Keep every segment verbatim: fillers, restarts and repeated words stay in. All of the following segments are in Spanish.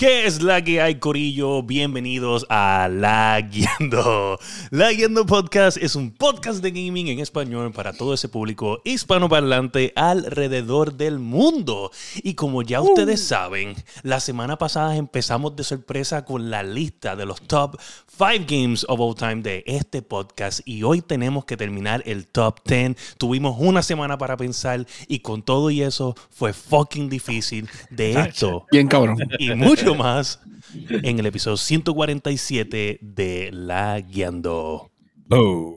¿Qué es la que hay, corillo? Bienvenidos a La Guiando. La Guiando Podcast es un podcast de gaming en español para todo ese público hispanoparlante alrededor del mundo. Y como ya ustedes uh. saben, la semana pasada empezamos de sorpresa con la lista de los top cinco games of all time de este podcast. Y hoy tenemos que terminar el top diez. Tuvimos una semana para pensar y con todo y eso fue fucking difícil. De esto bien cabrón y mucho más en el episodio ciento cuarenta y siete de La Guiando. Oh.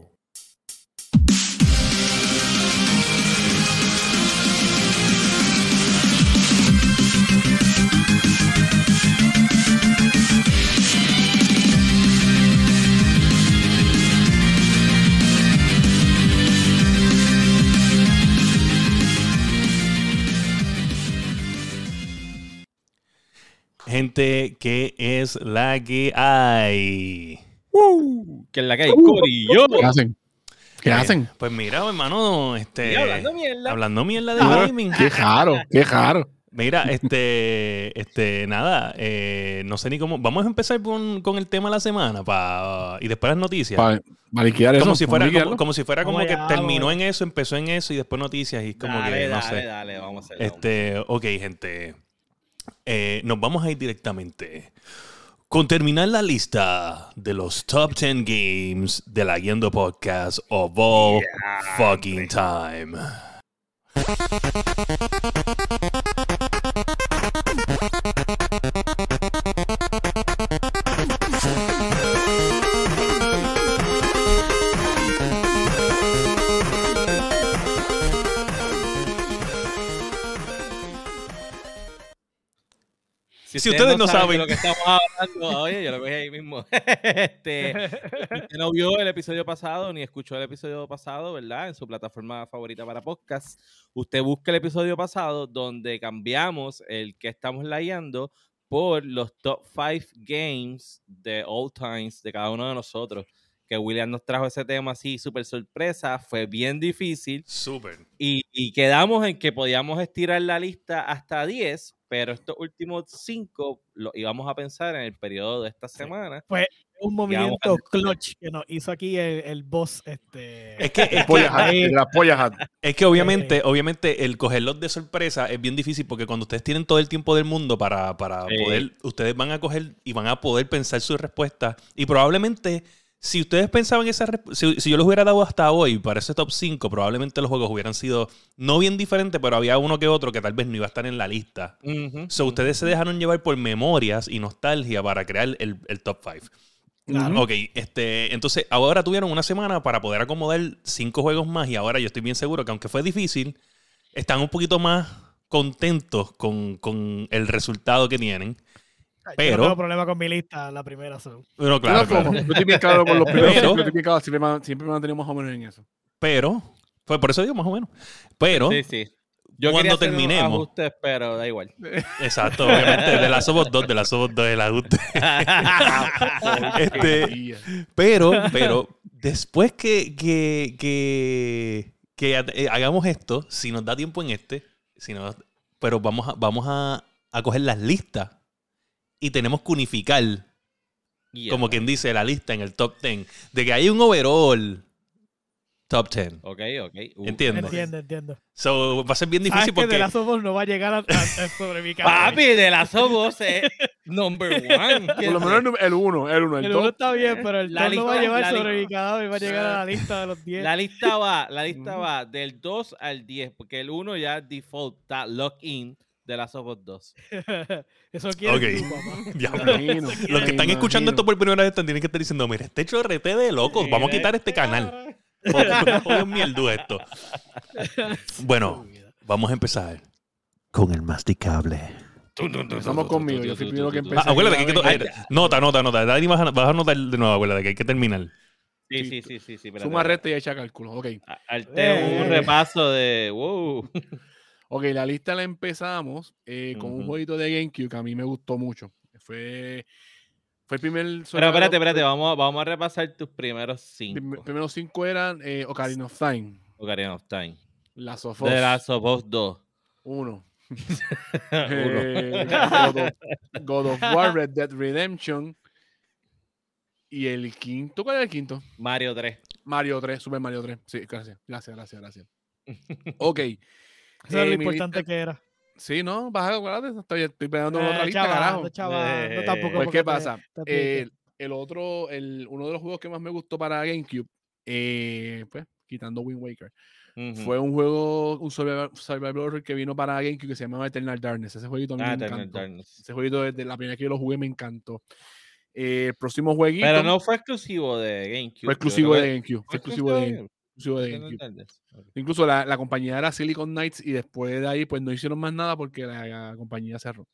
Gente, ¿qué es la que hay? Uh, ¿Qué es la que hay? Uh, Corillo. ¿Qué hacen? ¿Qué pues, hacen? Pues mira, hermano, este, y hablando mierda. Hablando mierda de ah, gaming. Qué raro, qué raro. Mira, este, este, nada, eh, no sé ni cómo. Vamos a empezar con, con el tema de la semana pa, y después las noticias. Para pa liquidar eso. Como si fuera como, como, si fuera como vamos que allá, terminó vamos. en eso, empezó en eso y después noticias y como dale, que no dale, sé. Dale, dale, vamos a hacerlo. Este, ok, gente. Eh, nos vamos a ir directamente con terminar la lista de los top diez games de la Guiando Podcast of all yeah, fucking time. Si, si ustedes, ustedes no, no saben, saben de lo que estamos hablando, oye, yo lo cogí ahí mismo. este, usted no vio el episodio pasado ni escuchó el episodio pasado, ¿verdad? En su plataforma favorita para podcast. Usted busca el episodio pasado donde cambiamos el que estamos layando por los top cinco games de all times de cada uno de nosotros. Que William nos trajo ese tema así, súper sorpresa. Fue bien difícil. Súper. Y, y quedamos en que podíamos estirar la lista hasta diez, pero estos últimos cinco los íbamos a pensar en el periodo de esta semana. Sí. Fue un movimiento a... clutch que nos hizo aquí el, el boss. Este... Es que, es, que, la polla es que obviamente, obviamente el cogerlos de sorpresa es bien difícil porque cuando ustedes tienen todo el tiempo del mundo para, para sí. poder, ustedes van a coger y van a poder pensar sus respuestas y probablemente... Si ustedes pensaban esa si, si yo los hubiera dado hasta hoy para ese top cinco, probablemente los juegos hubieran sido no bien diferentes, pero había uno que otro que tal vez no iba a estar en la lista. Uh-huh, so, uh-huh. Ustedes se dejaron llevar por memorias y nostalgia para crear el, el top cinco. Claro. Ok, este, entonces ahora tuvieron una semana para poder acomodar cinco juegos más y ahora yo estoy bien seguro que aunque fue difícil, están un poquito más contentos con, con el resultado que tienen. Pero, yo no tengo problema con mi lista, la primera son. Bueno, claro, claro. Yo estoy bien claro con los primeros. Pero, yo estoy bien claro, siempre, siempre me mantenemos más o menos en eso. Pero, pues por eso digo más o menos. Pero, sí, sí. Yo cuando terminemos. Ajustes, pero da igual. Exacto, obviamente. De la Sobot dos, de la Sobot dos el ajuste. este, pero, pero, después que, que, que, que hagamos esto, si nos da tiempo en este, si no, pero vamos a, vamos a, a coger las listas. Y tenemos que unificar, yeah, como quien dice, la lista en el top diez. De que hay un overall top diez. Ok, ok. Uh, ¿Entiendes? Entiendo, entiendo. So, va a ser bien difícil ah, porque... de las Us no va a llegar a, a, a sobre mi cabeza. Papi, de las Us es number one. Por lo menos el uno. El uno, el, el uno está bien, pero el la top lista, no va a llevar sobre lista. mi cadáver, va a llegar a la lista de los diez. La lista va, la lista va del dos al diez, porque el uno ya default está lock in de las Us dos. Eso quiere okay. tú, papá. Imagino, los que están escuchando esto por primera vez tienen que estar diciendo, mira, este chorrete de locos, vamos a quitar este canal. Joder, mierda esto. Bueno, vamos a empezar con el masticable. Estamos conmigo, yo soy primero que empecé. Ah, acuérdate que hay que... Nota, nota, nota. Dani, vas a, vas a notar de nuevo, acuérdate que hay que terminar. Sí, sí, sí, sí. sí Suma recta y echa cálculo, ok. Al eh, un repaso de... Wow. Ok, la lista la empezamos eh, con uh-huh. un jueguito de GameCube que a mí me gustó mucho. Fue, fue el primer... Pero espérate, espérate, vamos a, vamos a repasar tus primeros cinco. Los primeros cinco eran eh, Ocarina of Time. Ocarina of Time. Last of Us. The Last of Us dos. Uno. eh, God, of, God of War, Red Dead Redemption. Y el quinto, ¿cuál es el quinto? Mario tres. Mario tres, Super Mario tres. Sí, gracias, gracias, gracias, gracias. Ok. Eso es lo Eh, importante lista, que era. Sí, no, vas a acuérdate, estoy, estoy pegando en Eh, otra lista, chaval, carajo. no, chaval, no tampoco. Pues, porque ¿qué te- pasa? te pique. El, el otro, el, uno de los juegos que más me gustó para GameCube, eh, pues, quitando Wind Waker, Ujú. fue un juego, un survival, survival horror que vino para GameCube que se llamaba Eternal Darkness. Ese jueguito a mí Ah, me Eternal encantó. Darkness. Ese jueguito desde la primera vez que yo lo jugué me encantó. Eh, el próximo jueguito Pero no fue exclusivo de GameCube. fue yo exclusivo creo de que- GameCube. Fue ¿Fue exclusivo de exclusivo GameCube. exclusivo de Eternal GameCube. Darkness? Ok. Incluso la, la compañía era Silicon Knights y después de ahí pues no hicieron más nada porque la, la compañía cerró.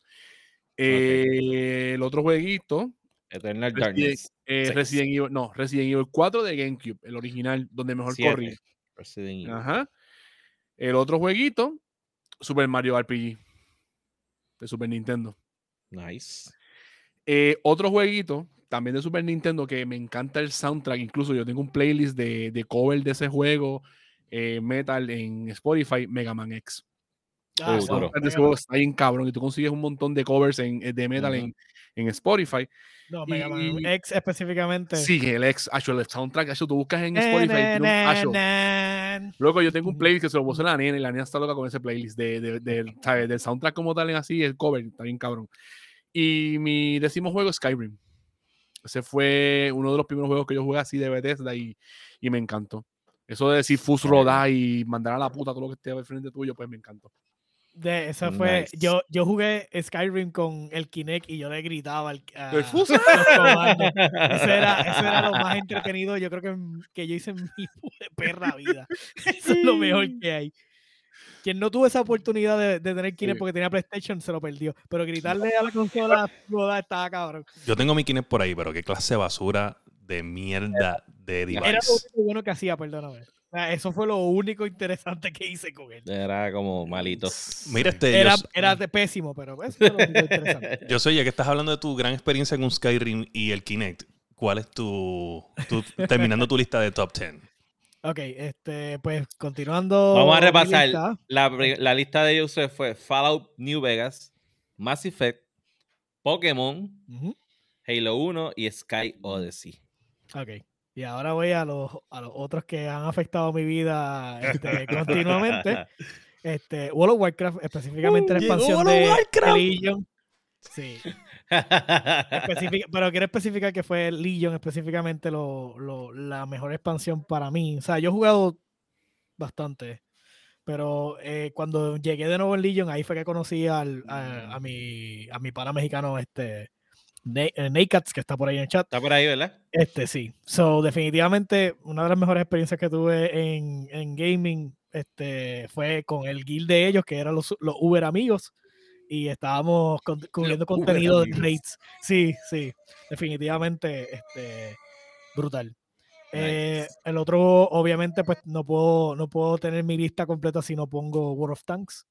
Eh, el otro jueguito, Eternal Resident, Darkness. eh, seis. Resident Evil, no, Resident Evil cuatro de GameCube, el original, donde mejor Siete. corría. Resident Evil. Ajá. El otro jueguito, Super Mario R P G de Super Nintendo. Nice. Eh, otro jueguito, también de Super Nintendo, que me encanta el soundtrack. Incluso yo tengo un playlist de, de cover de ese juego, eh, Metal, en Spotify, Mega Man X. Ah, El Uh, sí, duro. soundtrack de ese Mega juego Man. está bien cabrón y tú consigues un montón de covers en, de Metal Ujú. en, en Spotify. No, Mega Man Y- X específicamente. Sí, el ex, actual, el soundtrack, actual, tú buscas en Na, Spotify. na, tiene un- na, actual. na. Luego yo tengo un playlist que se lo puse a la nena y la nena está loca con ese playlist de, de- de- ¿sabes? Del soundtrack como tal, en así, el cover, está bien cabrón. Y mi décimo juego es Skyrim. Ese fue uno de los primeros juegos que yo jugué así de Bethesda y, y me encantó. Eso de decir Fus Skyrim. rodar y mandar a la puta todo lo que esté al frente tuyo, pues me encantó. De, eso fue, Nice. yo, yo jugué Skyrim con el Kinect y yo le gritaba al, a, ¿El Fus? los comandos. Eso era, eso era lo más entretenido, yo creo que, que yo hice en mi perra vida. Eso es lo mejor que hay. Quien no tuvo esa oportunidad de, de tener Kinect Sí. porque tenía PlayStation se lo perdió. Pero gritarle a la consola rodar estaba cabrón. Yo tengo mi Kinect por ahí, pero qué clase de basura de mierda de Era lo device. único bueno que hacía, perdóname. O sea, eso fue lo único interesante que hice con él. Era como malito. Mira, este, Era, yo, era de pésimo, pero eso fue lo único interesante. yo soy ya que estás hablando de tu gran experiencia con Skyrim y el Kinect. ¿Cuál es tu, tu terminando tu lista de top diez? Ok, este, pues continuando. Vamos a mi repasar. lista. La, pri- la lista de ellos fue Fallout New Vegas, Mass Effect, Pokémon, Ujú. Halo uno y Sky Odyssey. Ok. Y ahora voy a los, a los otros que han afectado mi vida este, continuamente. Este, World of Warcraft, específicamente la Uh, llegó expansión World of de Warcraft. Legion. Sí. Especific- pero quiero especificar que fue Legion específicamente lo, lo- la mejor expansión para mí. O sea, yo he jugado bastante. Pero eh, cuando llegué de nuevo en Legion, ahí fue que conocí al, a, a mi, a mi pana mexicano, este, Na- eh, Nakats, que está por ahí en el chat. Está por ahí, ¿verdad? Este sí. So, definitivamente, una de las mejores experiencias que tuve en, en gaming este, fue con el guild de ellos, que eran los, los Uber amigos. Y estábamos con- cubriendo Uber contenido de amigos. raids. Sí, sí. Definitivamente, este, brutal. Eh, Nice. el otro, obviamente, pues no puedo, no puedo tener mi lista completa si no pongo World of Tanks.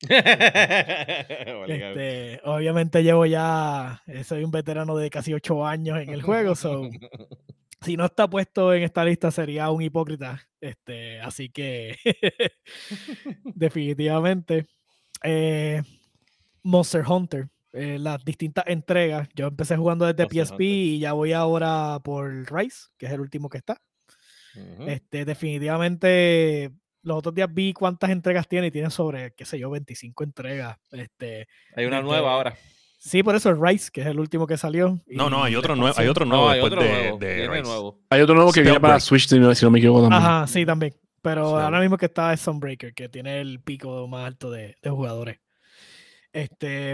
Este, obviamente llevo ya, eh, soy un veterano de casi ocho años en el juego, so, si no está puesto en esta lista sería un hipócrita. Este, así que definitivamente eh, Monster Hunter, eh, las distintas entregas. Yo empecé jugando desde Monster P S P Hunter. y ya voy ahora por Rise, que es el último que está. Ujú. Este, definitivamente los otros días vi cuántas entregas tiene y tiene sobre, qué sé yo, veinticinco entregas. Este, Hay una desde- nueva ahora. Sí, por eso el Rise, que es el último que salió. No, no, y hay la otro nuevo, hay expansión. otro nuevo No, hay después otro de, nuevo. de Viene Rise. nuevo. Hay otro nuevo que viene para Spellbreak. Switch, si no, si no me equivoco también. Ajá, sí, también. Pero Sí. ahora mismo que está es Sunbreaker, que tiene el pico más alto de, de jugadores. Este.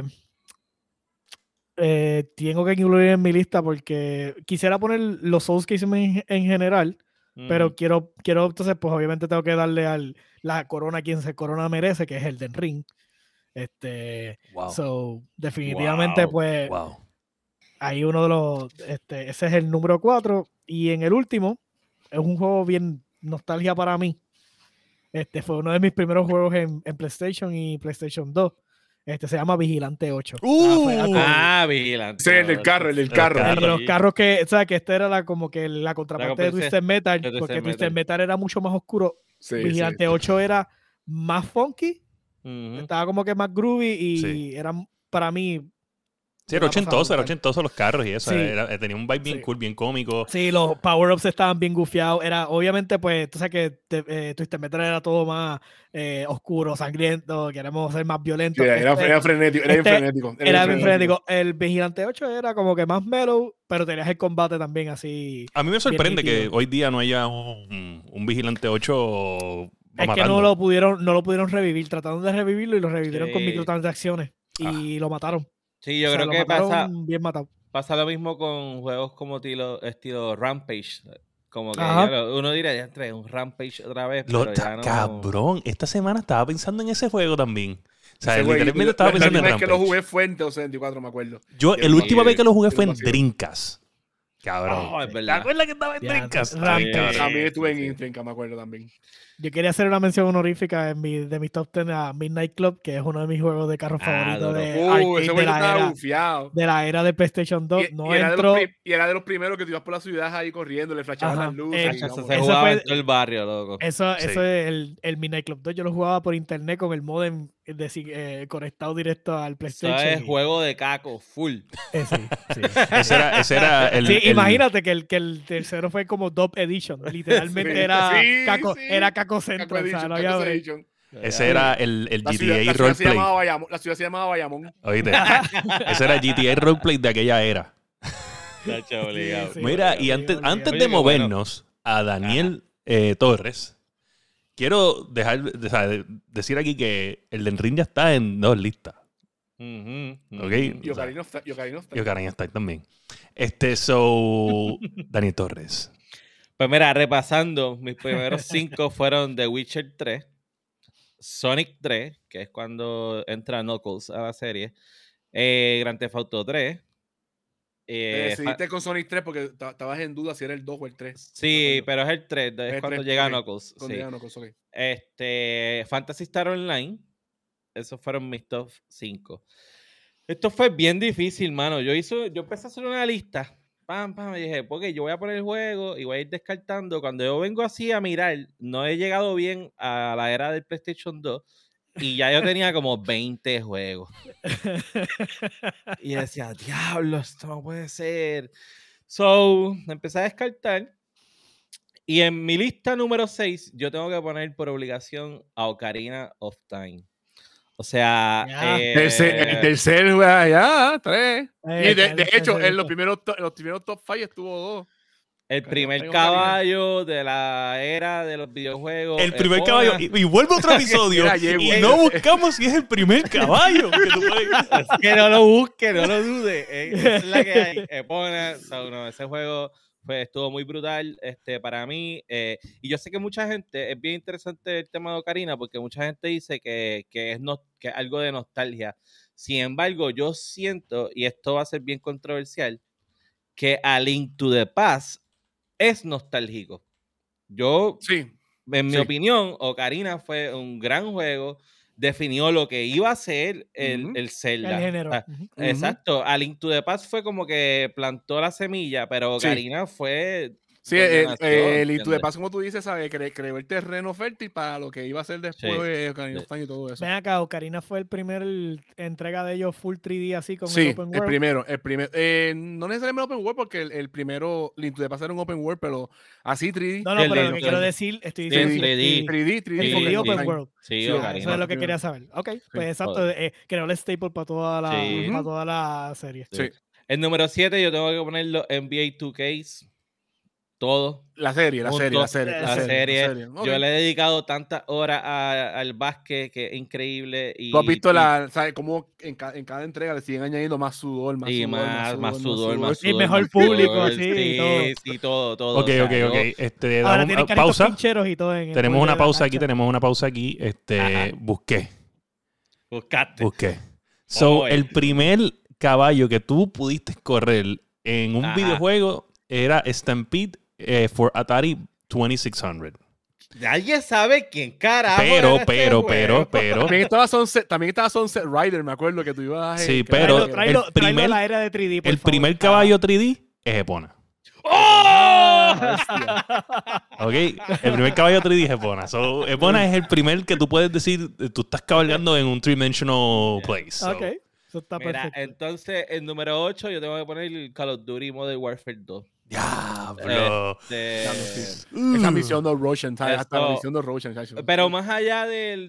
eh, tengo que incluir en mi lista porque quisiera poner los Souls que hice en, en general, pero Ujú. quiero, quiero, entonces, pues obviamente tengo que darle al la corona a quien se corona merece, que es el Den Ring. Este, Wow. so, definitivamente, Wow, pues, Wow. ahí uno de los, este, ese es el número cuatro. Y en el último, es un juego bien nostalgia para mí. Este fue uno de mis primeros juegos en, en PlayStation y PlayStation dos. Este se llama Vigilante ocho. Uh, fue algo- Ah, vigilante. Ese es el del carro, el del El carro. carro. el de los Sí. carros que, o sea, que este era la, como que la contraparte de compensación Twisted Metal, de Twisted porque Twisted Metal. Metal era mucho más oscuro. Sí, Vigilante sí. ocho era más funky, Ujú. Estaba como que más groovy y Sí. era para mí... Sí, era una pasada ochentoso, era brutal. ochentoso los carros y eso. Sí. Era- tenía un vibe bien Sí. cool, bien cómico. Sí, los power-ups estaban bien gufiados. Era, obviamente, pues, tú sabes que te, eh, Twisted Metal era todo más eh, oscuro, sangriento, queremos ser más Sí, violentos. era, era, Este era frenético, era bien este frenético. era bien frenético. El Vigilante ocho era como que más mellow, pero tenías el combate también así. A mí me sorprende que nítido. hoy día no haya un, un Vigilante ocho Es que matando. no lo pudieron, no lo pudieron revivir. Trataron de revivirlo y lo revivieron con Sí. microtransacciones. Y lo mataron. Sí, yo O sea, creo lo que mataron pasa, bien matado. pasa lo mismo con juegos como estilo, estilo Rampage. Como que Ajá. ya lo- uno diría, ya entré un Rampage otra vez, Lo- pero ya no... Cabrón, esta semana estaba pensando en ese juego también. O sea, Ese güey, literalmente la- estaba la pensando en última vez que lo Rampage. jugué fue en Nintendo sesenta y cuatro, me acuerdo. Yo, Y el el última vacío, vez que lo jugué el fue en vacío. Dreamcast. Cabrón. Oh, es ¿Te verdad. acuerdas que estaba en Ya, Dreamcast? sí. Ay, Sí, cabrón. También estuve sí, sí. en Trinca, me acuerdo también. Yo quería hacer una mención honorífica en mi, de mis top diez a Midnight Club, que es uno de mis juegos de carros Ah, favoritos duro. de Uh, arcade ese de güey la, estaba era, bufiado. de la era de PlayStation dos. Y, No y era de los entró. pri- y era de los primeros que tú ibas por la ciudad ahí corriendo, le flashaban Ajá. las luces. Eh, y Hacho, eso vamos. se Eso jugaba fue- en todo el barrio, loco. Eso, Sí. eso es el, el Midnight Club dos. Yo lo jugaba por internet con el modem de, eh, conectado directo al Eso PlayStation. es y- juego de caco, full. eh, sí, sí. Ese era, ese era el. Sí, el- imagínate que el, que el tercero fue como Dub Edition. Literalmente Sí, era, sí, Caco, sí. era Caco Caco Central. O sea, Edition, no Caco había break. Edition. Ese era el, el La G T A ciudad, la ciudad se Roleplay. llamaba Bayamón. La ciudad se llamaba Bayamón. Oíste. Ese era el G T A Roleplay de aquella era. Hacho, obligado. Sí, Mira, obligado, y antes, obligado. antes Oye, de qué bueno. movernos a Daniel eh, Torres, quiero dejar, o sea, de- decir aquí que el Den Ring ya está en dos listas. Ujú, ujú. Ok. Y Ocarina of Time- y Ocarina of Time. Y Ocarina of Time también. Este, so. Daniel Torres. Pues mira, repasando, mis primeros cinco fueron The Witcher tres, Sonic tres, que es cuando entra Knuckles a la serie, eh, Grand Theft Auto tres. Te eh, decidiste con Sonic tres porque ta- estabas en duda si era el dos o el tres. Sí, No me acuerdo. pero es el tres, es el cuando tres, llega ok. Knuckles. Cuando sí. ya no, cosa, ok. Este, Phantasy Star Online. Esos fueron mis top cinco. Esto fue bien difícil, mano. Yo hice, yo empecé a hacer una lista. Pam, pam, y dije, porque yo voy a poner el juego y voy a ir descartando. Cuando yo vengo así a mirar, no he llegado bien a la era del PlayStation dos y ya yo tenía como veinte juegos. Y yo decía, diablo, esto no puede ser. So, empecé a descartar. Y en mi lista número seis, yo tengo que poner por obligación a Ocarina of Time. O sea, Ya. eh, Tercer- el tercer, güey, ya, tres. Eh, Y de, el de hecho, tercer- en los primeros, to- en los primeros top five estuvo dos. el Ocarina, primer Ocarina. caballo de la era de los videojuegos. El primer Epona. caballo. Y, y vuelve otro episodio. Era y yegua. no buscamos si es el primer caballo. Que tú puedes- Que no lo busque, no lo dude. eh, esa es la que hay. Epona, so, no, ese juego fue, estuvo muy brutal este, para mí. eh, y yo sé que mucha gente, es bien interesante el tema de Ocarina, porque mucha gente dice que, que, es, no, que es algo de nostalgia. Sin embargo, yo siento, y esto va a ser bien controversial, que A Link to the Past es nostálgico. Yo, Sí. en mi sí. opinión, Ocarina fue un gran juego, definió lo que iba a ser el, Ujú. el Zelda. El género. O sea, Ujú. Ujú. Exacto, A Link to the Past fue como que plantó la semilla, pero Sí. Ocarina fue... Sí, donde el, nació, el Into the ¿entiendes? Past, como tú dices, ¿sabes? Cre- creó el terreno fértil para lo que iba a ser después Sí, de Ocarina sí. of Time y todo eso. Ven acá, Ocarina fue el primer entrega de ellos full tres D así con Sí, el Open el World. primero, el primero. Eh, no necesariamente Open World, porque el, el primero, Into the Past era un Open World, pero así tres D. No, no, El pero de- lo que el- quiero decir, estoy Sí, diciendo en si- tres D. si- tres D, tres D. el Sí, tres D sí, Open sí. World. Sí, Sí, Ocarina. Eso es lo que primero. quería saber. Ok, pues exacto. Joder. Eh, creó el staple para toda la, Sí. para toda la serie. Sí. El número siete yo tengo que ponerlo N B A dos K, todo. La serie, la Punto. serie, la serie. La serie. Ok. Yo le he dedicado tantas horas a- al básquet que es increíble. Y, Tú has visto y- la, ¿sabes? Cómo en, ca- en cada entrega le siguen añadiendo más sudor, más y sudor, más, más sudor, más Y sudor. mejor más público, sudor, sí, sí, todo. sí, todo, todo. Ok, o sea, ok, yo- ok. Este, Ahora damos tienen una caritos pausa. pincheros y todo en el Tenemos borde una de la pausa aquí, cancha. tenemos una pausa aquí. Este, Ajá. busqué, Buscaste. busqué. So, ver. el primer caballo que tú pudiste correr en un Ajá. videojuego era Stampede eh, for Atari twenty-six hundred. Nadie sabe quién carajo. Pero, era este pero, juego. pero, pero. También estaba Sunset, también estaba Sunset Rider, me acuerdo que tú ibas a... Sí, que- pero Tráelo, tráelo, el tráelo primer- a la era de tres D, por El favor. primer caballo tres D es Epona. ¡Oh! Ok, el primer caballo tres D es Epona. So, Epona es el primer que tú puedes decir, tú estás cabalgando en un three-dimensional place. So. Ok, eso está Mira, perfecto. entonces, el número ocho yo tengo que poner el Call of Duty Modern Warfare dos. Diablo. Este, Esa misión de Roshan, ¿sabes? Hasta la Esto- misión de Roshan, ¿sabes? Pero más allá del,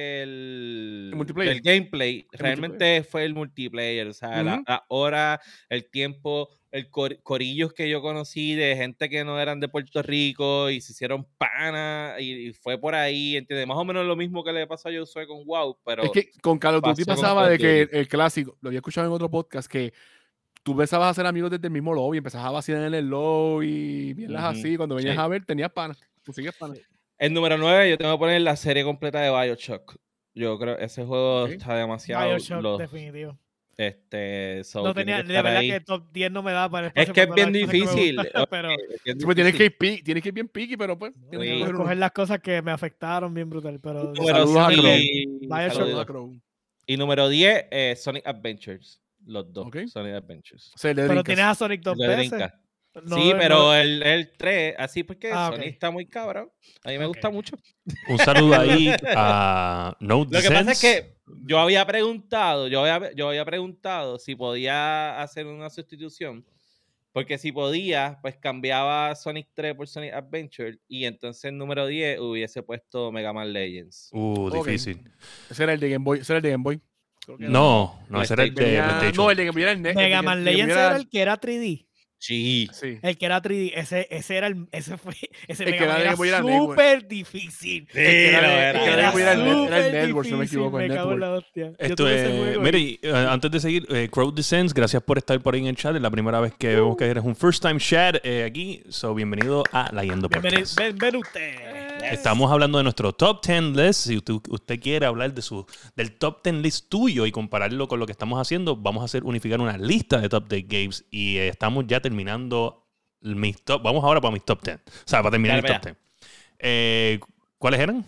del, ¿El multiplayer? del gameplay, ¿El realmente multiplayer? fue el multiplayer. O sea, la, Ujú. la hora, el tiempo, el cor- corillos que yo conocí de gente que no eran de Puerto Rico y se hicieron pana y, y fue por ahí, ¿entiendes? Más o menos lo mismo que le pasó a Josué con WoW, pero Es que con Call of Duty pasó con pasaba Call de of que Duty. el clásico, lo había escuchado en otro podcast, que tú empezabas a hacer amigos desde el mismo lobby, empezabas a vacilar en el lobby y mierdas Ujú, así. Cuando venías sí. a ver, tenías pana. Conseguías pana. El número nueve yo tengo que poner la serie completa de BioShock. Yo creo que ese juego Ok. está demasiado... Bioshock, lo- definitivo. este, so, No tiene tenía, que de estar verdad ahí. que top diez no me da para el Es espacio que es para bien todas las cosas que me difícil. gustan, ok, pero es bien Sí, pues tienes que, difícil. ir pi- tienes que ir bien piqui, pero pues. Tienes Sí. que coger uno. escoger las cosas que me afectaron bien brutal. Pero Número Saludos a seis, Crow. Bioshock, Saludos a saludos. Crow. Y número diez, eh, Sonic Adventures. Los dos, Ok. Sonic Adventures. Se le pero brincas. tienes a Sonic dos De veces. brinca. No, sí, no- pero el, el tres, así porque Ah, Sonic ok. está muy cabrón. A mí me Ok, gusta ok. mucho. Un saludo ahí a No Lo que pasa es Sense. que yo había preguntado, yo había, yo había preguntado si podía hacer una sustitución. Porque si podía, pues cambiaba Sonic tres por Sonic Adventure y entonces el número diez hubiese puesto Mega Man Legends. Uh, Ok. difícil. Ese era el de Game Boy. Ese era el de Game Boy. Creo que era. No, no, ese era el de Tenía- PlayStation. No, el de Game Boy era el Net. Mega el de- Man el de Game Legends Boy era el que era tres D. Sí. Sí. El que era tres D, ese, ese era el, ese fue, ese El Mega que era Man de era Game Boy era Network. súper difícil. Sí, El que era lo de- era. el que era de Era Game Boy era el Net- era el súper Network, si no me difícil, equivoco, el me cago en Network. la hostia. Yo Esto tuve ese es, juego mire, y- y, eh, antes de seguir, eh, Crow Descends, gracias por estar por ahí en el chat. Es la primera vez que vemos que eres un first time chat eh, aquí. So, bienvenido a La Yendo Bienvenido, Podcast. ven, ven usted. Estamos hablando de nuestro top diez list. Si usted, usted quiere hablar de su, del top diez list tuyo y compararlo con lo que estamos haciendo, vamos a hacer unificar una lista de top diez games y eh, estamos ya terminando mis top. Vamos ahora para mis top diez. O sea, para terminar Dale, el top diez. Eh, ¿Cuáles eran?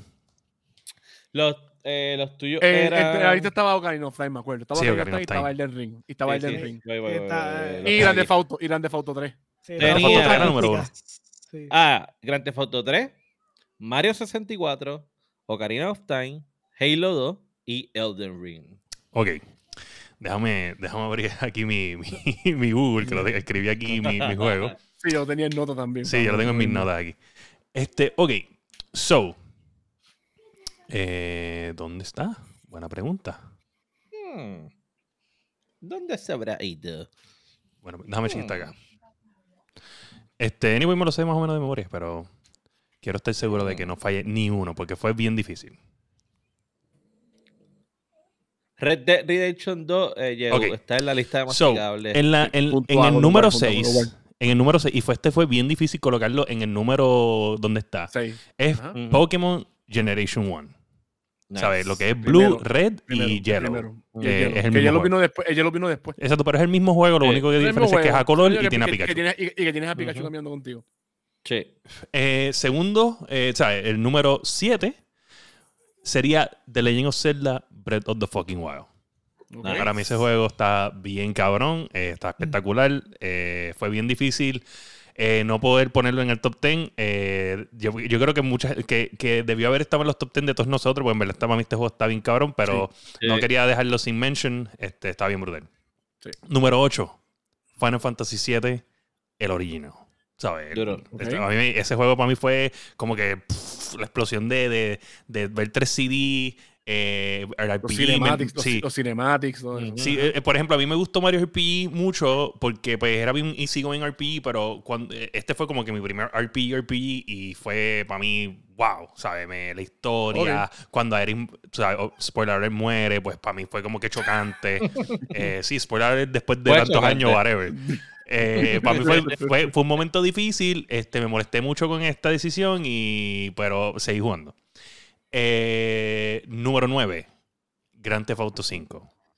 Los, eh, los tuyos Eh, eran... entre- ahorita estaba Ocarina of Time, me acuerdo. Estaba Sí, Ocarina Ocarina of of Time y estaba Time. Elden Ring. Y estaba Sí, Elden sí. Ring. Voy, voy, voy, Está, voy, voy, eh, lo Y tengo Grand aquí. Theft Auto, y Grand Theft Auto tres. Sí, Tenía- la foto Era artística. número uno. Sí. Ah, Grand Theft Auto tres, Mario sesenta y cuatro, Ocarina of Time, Halo dos y Elden Ring. Ok. Déjame, déjame abrir aquí mi, mi, mi Google, que lo de- escribí aquí mi, mi juego. Sí, yo lo tenía en nota también. Sí, yo lo tengo en mis notas aquí. Este, ok. So. Eh, ¿Dónde está? Buena pregunta. Hmm. ¿Dónde se habrá ido? Bueno, déjame chequear acá. Este, anyway, me lo sé más o menos de memoria, pero quiero estar seguro de que no falle ni uno, porque fue bien difícil. Red Dead Redemption dos eh, llegó, Ok. está en la lista de So, masticables. en, la, en, Punto en A, el global, número punto seis, global. en el número seis, y fue este fue bien difícil colocarlo en el número donde está. Sí. Es Ajá. Ujú. Pokémon Generation uno. Nice. ¿Sabes? Lo que es Blue, Primero, Red Primero, y Yellow. primero. que Y el es Yellow. el Que mismo Yellow juego. vino después. El Yellow vino después. Exacto, pero es el mismo juego, lo Sí, único que Es el diferencia mismo es que es a juego. color Solo y que- tiene a que- Pikachu. que tienes- y, y que tienes a Pikachu Ujú. caminando contigo. Sí. Eh, segundo, eh, ¿sabes? El número siete sería The Legend of Zelda Breath of the Fucking Wild. Ok. Nice. Para mí ese juego está bien cabrón, eh, está espectacular, eh, fue bien difícil eh, no poder ponerlo en el top diez. Eh, yo, yo creo que muchas que, que debió haber estado en los top diez de todos nosotros, porque en verdad para mí este juego está bien cabrón, pero Sí. no quería dejarlo sin mention, este, está bien brutal. Sí. Número ocho, Final Fantasy siete, el original. ¿Sabes? Duro. Este, Ok. a mí, ese juego para mí fue como que pff, la explosión de, de, de ver tres C D, eh, el R P Los G, cinematics, me- los, sí. los cinematics, todo eso. Ujú. Sí, eh, por ejemplo, a mí me gustó Mario R P G mucho porque pues era bien easygoing R P G, pero cuando, eh, este fue como que mi primer R P G R P G y fue para mí, wow, ¿sabes? Me, la historia, cuando Erin, o sea, oh, spoiler alert, muere, pues para mí fue como que chocante. eh, sí, spoiler alert después de Fue tantos chocante. años, whatever. Eh, para mí fue, fue, fue un momento difícil, este, me molesté mucho con esta decisión, y pero seguí jugando. Eh, número nueve, Grand Theft Auto cinco.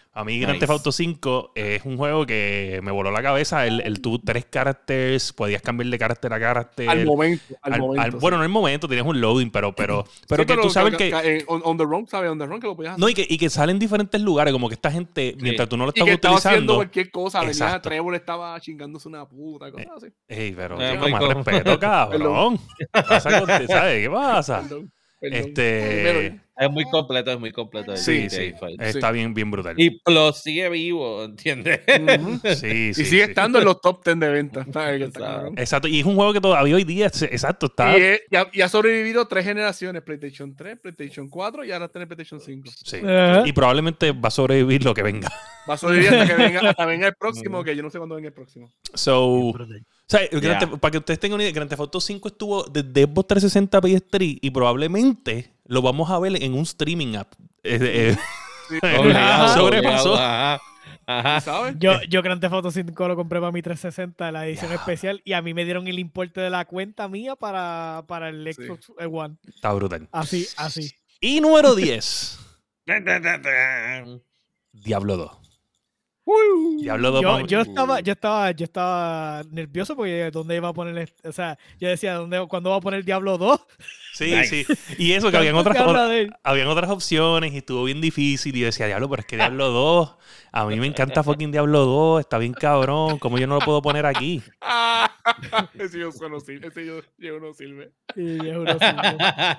A mí Grand Nice. Theft Auto cinco es un juego que me voló la cabeza. El, el tú tres caracteres, podías cambiar de carácter a carácter. Al momento, al, Al- momento. al- sí. bueno, no en el momento, tenías un loading, pero, pero, pero Sí, que tú sabes que... eh, on, on the run, ¿sabes? On the run que lo podías hacer. No, y que, y que salen diferentes lugares, como que esta gente, mientras tú no lo y estás que estaba haciendo utilizando... cualquier cosa. Venía Exacto. Trevor, estaba chingándose una puta, cosas así. Ey, pero Eh, chico, más Michael. respeto, cabrón. Pasa con- ¿Sabes qué pasa? Perdón, perdón. Este... Primero, Es muy completo, es muy completo. Sí, el sí. G T A cinco. Está bien, bien brutal. Y Plus sigue vivo, ¿entiendes? Ujú. Sí, sí, y sigue sí. estando en los top ten de ventas. ¿Sabes? Que está Exacto. cabrón. Exacto, y es un juego que todavía hoy día, exacto, está... Y, es- y ha, y ha sobrevivido tres generaciones: PlayStation tres, PlayStation cuatro y ahora está en el PlayStation cinco. Sí. Ajá. Y probablemente va a sobrevivir lo que venga. Va a sobrevivir hasta que venga, hasta venga el próximo, que yo no sé cuándo venga el próximo. So, o sea, el Grand Yeah. Theft- para que ustedes tengan una idea, Grand Theft Auto cinco estuvo desde Xbox trescientos sesenta P S tres y probablemente lo vamos a ver en un streaming app. Eh, eh, Sí. Obligado, Sobrepasó. obligado, Ajá. Ajá. ¿Sabes? Yo, yo Grand Theft Auto cinco lo compré para mi trescientos sesenta, la edición especial, y a mí me dieron el importe de la cuenta mía para, para el Sí. Xbox One. está brutal. Así, así. Y número diez, Diablo dos. Diablo dos. Yo, vamos- yo estaba, yo estaba, yo estaba nervioso porque dónde iba a poner, el- o sea, yo decía, ¿dónde, ¿cuándo va a poner Diablo dos? Sí, Nice. sí. Y eso que habían ¿Cuánto otras, se habla de él? habían otras opciones y estuvo bien difícil. Y yo decía, Diablo, pero es que Diablo dos, a mí me encanta fucking Diablo dos, está bien cabrón. ¿Cómo yo no lo puedo poner aquí? Ah, ese yo no sirve. Ese yo, yo no sirve. Y es uno cinco.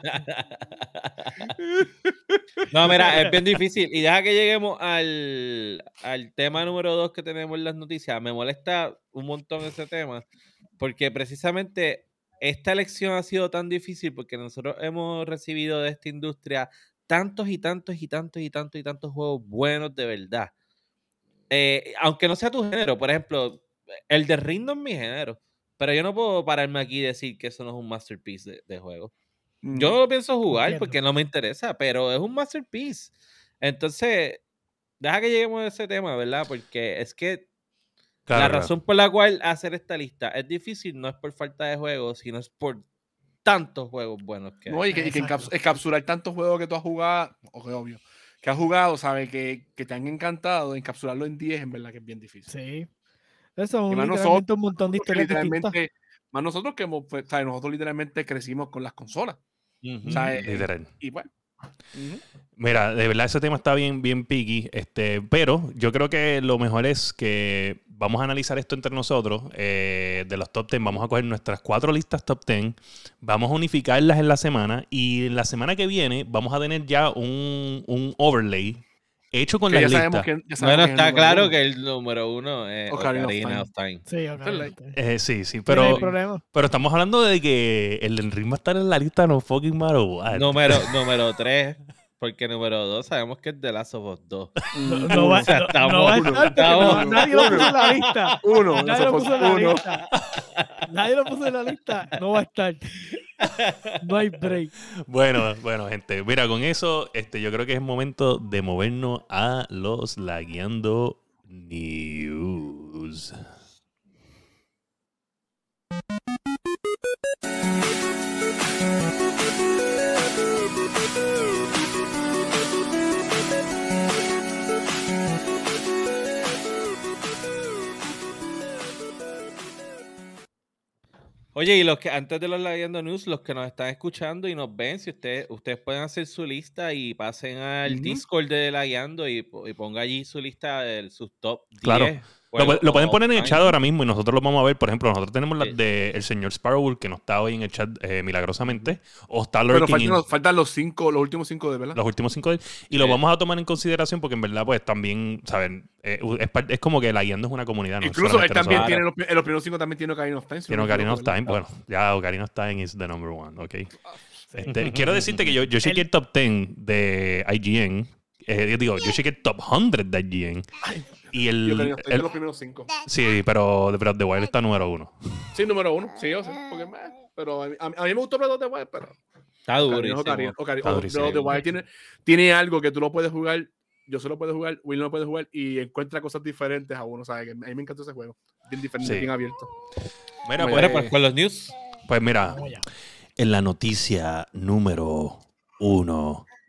No, mira, es bien difícil. Y deja que lleguemos al, al tema número dos que tenemos en las noticias. Me molesta un montón ese tema, porque precisamente esta elección ha sido tan difícil porque nosotros hemos recibido de esta industria tantos y tantos y tantos y tantos y tantos juegos buenos de verdad. Eh, aunque no sea tu género, por ejemplo, el de Ring no es mi género, pero yo no puedo pararme aquí y decir que eso no es un masterpiece de, de juego. Yo no lo pienso jugar Entiendo. porque no me interesa, pero es un masterpiece. Entonces, deja que lleguemos a ese tema, ¿verdad? Porque es que Claro, la claro. razón por la cual hacer esta lista es difícil, no es por falta de juegos, sino es por tantos juegos buenos que No, hay. y que, y que Exacto. encaps- encapsular tantos juegos que tú has jugado, o que obvio, que has jugado, ¿sabes? Que, que te han encantado, encapsularlo en diez, en verdad que es bien difícil. Sí. Eso es un, Y más literalmente nosotros, un montón de Porque historias distintas. literalmente, más nosotros que hemos, pues, ¿sabes? Nosotros literalmente crecimos con las consolas. Ujú. O sea, eh, Literal. y bueno. ujú. Mira, de verdad ese tema está bien, bien picky, este, pero yo creo que lo mejor es que vamos a analizar esto entre nosotros, eh, de los top ten, vamos a coger nuestras cuatro listas top ten, vamos a unificarlas en la semana y en la semana que viene vamos a tener ya un, un overlay hecho con Que las ya sabemos listas. que, ya sabemos Bueno, quién es el está número claro uno. que el número uno es Ocarina of Ocarina Time. of Time. Sí, ok. Dale. Eh, sí, sí, Pero, no hay pero, problema. pero estamos hablando de que el del ritmo va a estar en la lista no fucking matter what. Número, número tres, porque número dos sabemos que es The Last of Us dos. No, no va, O sea, no- estamos- no va a estar porque estamos- no- nadie lo puso en la lista. Uno, Nadie lo nosotros puso en la uno. lista. Nadie lo puso en la lista. No va a estar. No hay break. Bueno, bueno, gente. Mira, con eso, este, yo creo que es momento de movernos a los Lagueando News. Oye, y los que antes de los Lagueando News, los que nos están escuchando y nos ven, si ustedes, ustedes pueden hacer su lista y pasen al Ujú. Discord de Lagueando y, po- y ponga allí su lista de sus top Claro. diez. Lo, pu- juegos lo pueden all poner en el time. chat ahora mismo y nosotros lo vamos a ver. Por ejemplo, nosotros tenemos Sí. las de el señor Sparrow, que no está hoy en el chat eh, milagrosamente, o está Pero lurking faltan, in los, faltan los cinco, los últimos cinco de verdad. los últimos cinco de él. Y lo Sí. vamos a tomar en consideración porque en verdad, pues también, ¿saben? Eh, es, par- es como que Lagueando es una comunidad. No es Incluso él solamente también nosotros. tiene los, en los primeros cinco también tiene Ocarina of Time. si Tiene no me Ocarina of equivoco, Time. ¿verdad? Bueno, ya Ocarina of Time is the number one, ok. Este, quiero decirte que yo, yo chequeé el top diez de I G N. Eh, yo digo, yo chequeé el top cien de I G N. Y Y el, Ocarina of Time el- de los primeros cinco. sí, pero de Breath of the Wild está número uno. Sí, número uno. Sí, yo sé. Porque, meh, pero a mí, a mí- a mí me gustó Breath of the Wild, pero Está Ocarina, durísimo. Ocarina, Ocarina, Está oh, durísimo. Breath of the Wild tiene, tiene algo que tú lo puedes jugar, yo solo puedo jugar, Will no lo puede jugar y encuentra cosas diferentes a uno, ¿sabes? Que a mí me encantó ese juego. Bien diferente, Sí. bien abierto. Mira, Muy pues, Bueno, pues con los news. pues mira, Vamos allá. en la noticia número uno,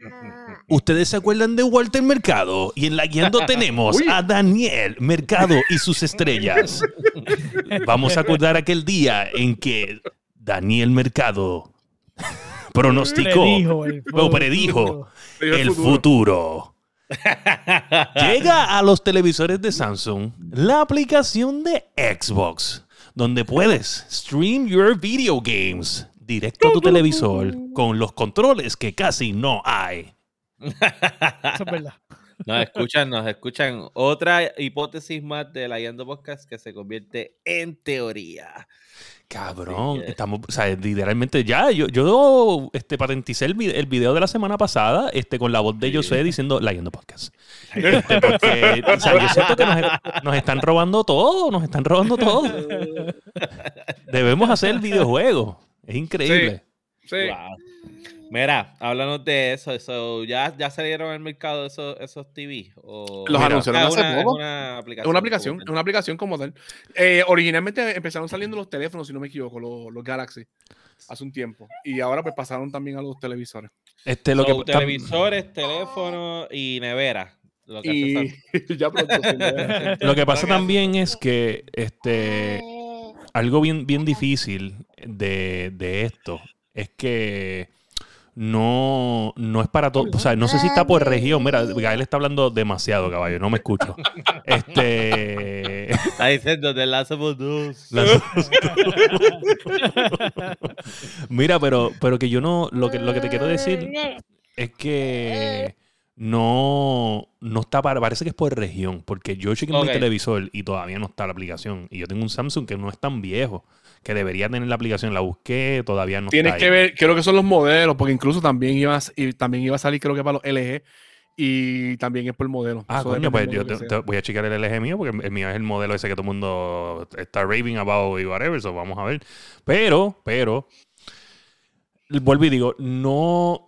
¿Ustedes se acuerdan de Walter Mercado? Y en la guiando tenemos Uy. a Daniel Mercado y sus estrellas. Vamos a acordar aquel día en que Daniel Mercado pronosticó Predijo el o predijo Predijo el futuro. Llega a los televisores de Samsung la aplicación de Xbox, donde puedes stream your video games directo a tu televisor con los controles que casi no hay. Eso es verdad. Nos escuchan, nos escuchan. Otra hipótesis más de la Yendo Podcast que se convierte en teoría. Cabrón, Así que- estamos, o sea, literalmente ya, yo, yo este, patenticé el, vi- el video de la semana pasada este, con la voz de Josué diciendo Leyendo Podcast. Este, porque, o sea, yo siento que nos, nos están robando todo, nos están robando todo. Debemos hacer el videojuego. Es increíble. Sí. Wow. Mira, háblanos de eso. eso ¿ya, ¿Ya salieron al mercado esos, esos T V? O... Los Mira, anunciaron Ah, hace una- poco. Es una Es aplicación. una aplicación, como es tal. una aplicación como tal. Eh, originalmente empezaron saliendo los teléfonos, si no me equivoco, los, los Galaxy, hace un tiempo. Y ahora pues pasaron también a los televisores. Este, lo So, que, televisores, teléfonos y nevera. Lo que hace Y Samsung. ya pronto. sí, ya. Lo que pasa Lo que también es que este algo bien, bien difícil de, de esto es que no, no es para todo. O sea, no sé si está por región. Mira, Gael está hablando demasiado, caballo. No me escucho. Este. Está diciendo The Last of Us dos. las- Mira, pero, pero que yo no. Lo que, lo que te quiero decir es que no, no está para, parece que es por región, porque yo chequeé en Ok. mi televisor y todavía no está la aplicación. Y yo tengo un Samsung que no es tan viejo, que debería tener la aplicación. La busqué, todavía no Tienes está que ahí. ver, creo que son los modelos, porque incluso también iba a, y también iba a salir, creo que para los L G, y también es por modelo. Ah, Eso coño, depende pues del yo modelo te- que te sea. voy a checar el L G mío, porque el mío es el modelo ese que todo el mundo está raving about y whatever, so vamos a ver. Pero, pero, vuelvo y digo, no...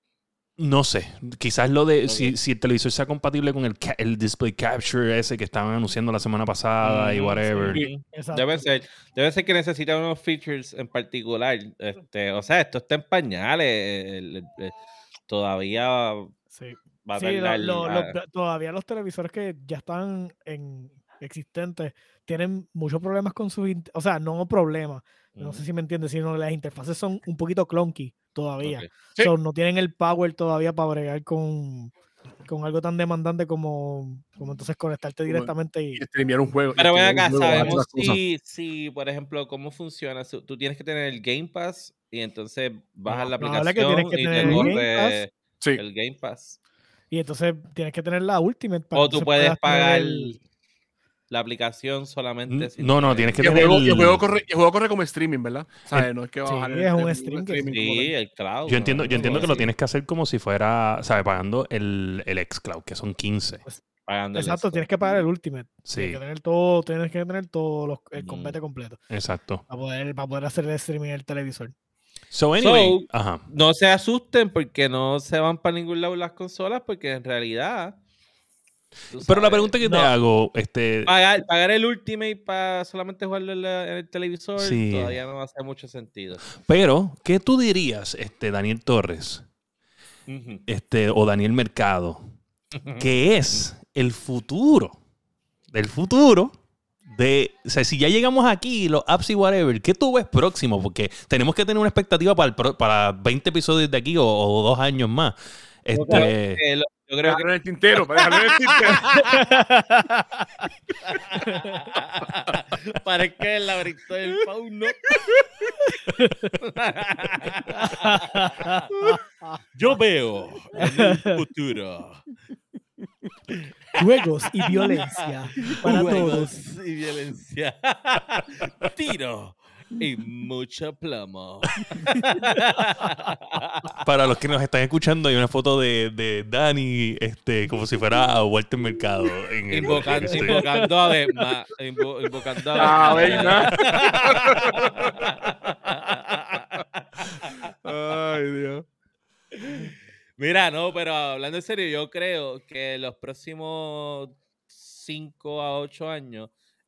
No sé, quizás lo de Ok. si, si el televisor sea compatible con el, ca- el display capture ese que estaban anunciando la semana pasada y Ujú, whatever. sí. Exacto. Debe ser, debe ser que necesita unos features en particular. Este, o sea, esto está en pañales. el- el- el- todavía Sí. va a Sí, lo- tardar. lo- a- lo- todavía los televisores que ya están en existentes tienen muchos problemas con sus... int- O sea, no problemas, no sé si me entiendes, sino las interfaces son un poquito clunky todavía. Ok. Sí. So, no tienen el power todavía para bregar con, con algo tan demandante como, como entonces conectarte Como- directamente y... Y streamear un juego. y Pero ven streamear acá, un juego, sabemos otras cosas. si, si, por ejemplo, cómo funciona. Si tú tienes que tener el Game Pass y entonces bajas la probable que aplicación tienes que y tener te el Game corre Sí. el Game Pass. Y entonces tienes que tener la Ultimate para O que tú entonces puedes puedas tener pagar el- la aplicación solamente. N- sin no, no, tener- tienes que Y el tener juego, y el el- juego corre, y el juego corre como streaming, ¿verdad? ¿Sabes? No es que va a Sí, bajar el- es un el- stream que- streaming como Sí, tal. el cloud. Yo entiendo, ¿no? yo entiendo que Algo lo así. tienes que hacer como si fuera, ¿sabes? Pagando el, el xCloud, que son quince. Pagando el Exacto, Xbox. tienes que pagar el Ultimate. Sí, Tienes que tener todo, tienes que tener todo los, el Mm. combate completo exacto. para poder, para poder hacer el streaming en el televisor. So, anyway, So, ajá. No se asusten porque no se van para ningún lado las consolas, porque en realidad. tú Pero la sabes, pregunta que te no. hago, este, Pagar, pagar el Ultimate para solamente jugarlo en, la- en el televisor Sí. todavía no hace mucho sentido. pero, ¿qué tú dirías, este, Daniel Torres, Ujú. este, o Daniel Mercado, que es el futuro, del futuro, de, o sea, si ya llegamos aquí, los apps y whatever, ¿qué tú ves próximo? Porque tenemos que tener una expectativa para, el pro- para veinte episodios de aquí o, o dos años más. Este, Eh, lo- yo Para creo que dejarlo en el tintero, para dejarlo en el tintero. parezca el laberinto del fauno. Yo veo en el futuro Juegos y violencia para todos. juegos y violencia, tiro y mucho plomo. para los que nos están escuchando, hay una foto de, de Dani, este, como si fuera a Walter Mercado. En el- Invocando, este- invocando a Vesma, invo- invocando a Ah, Vesma. venga. Ay, Dios. Mira, no, pero hablando en serio, yo creo que los próximos cinco a ocho años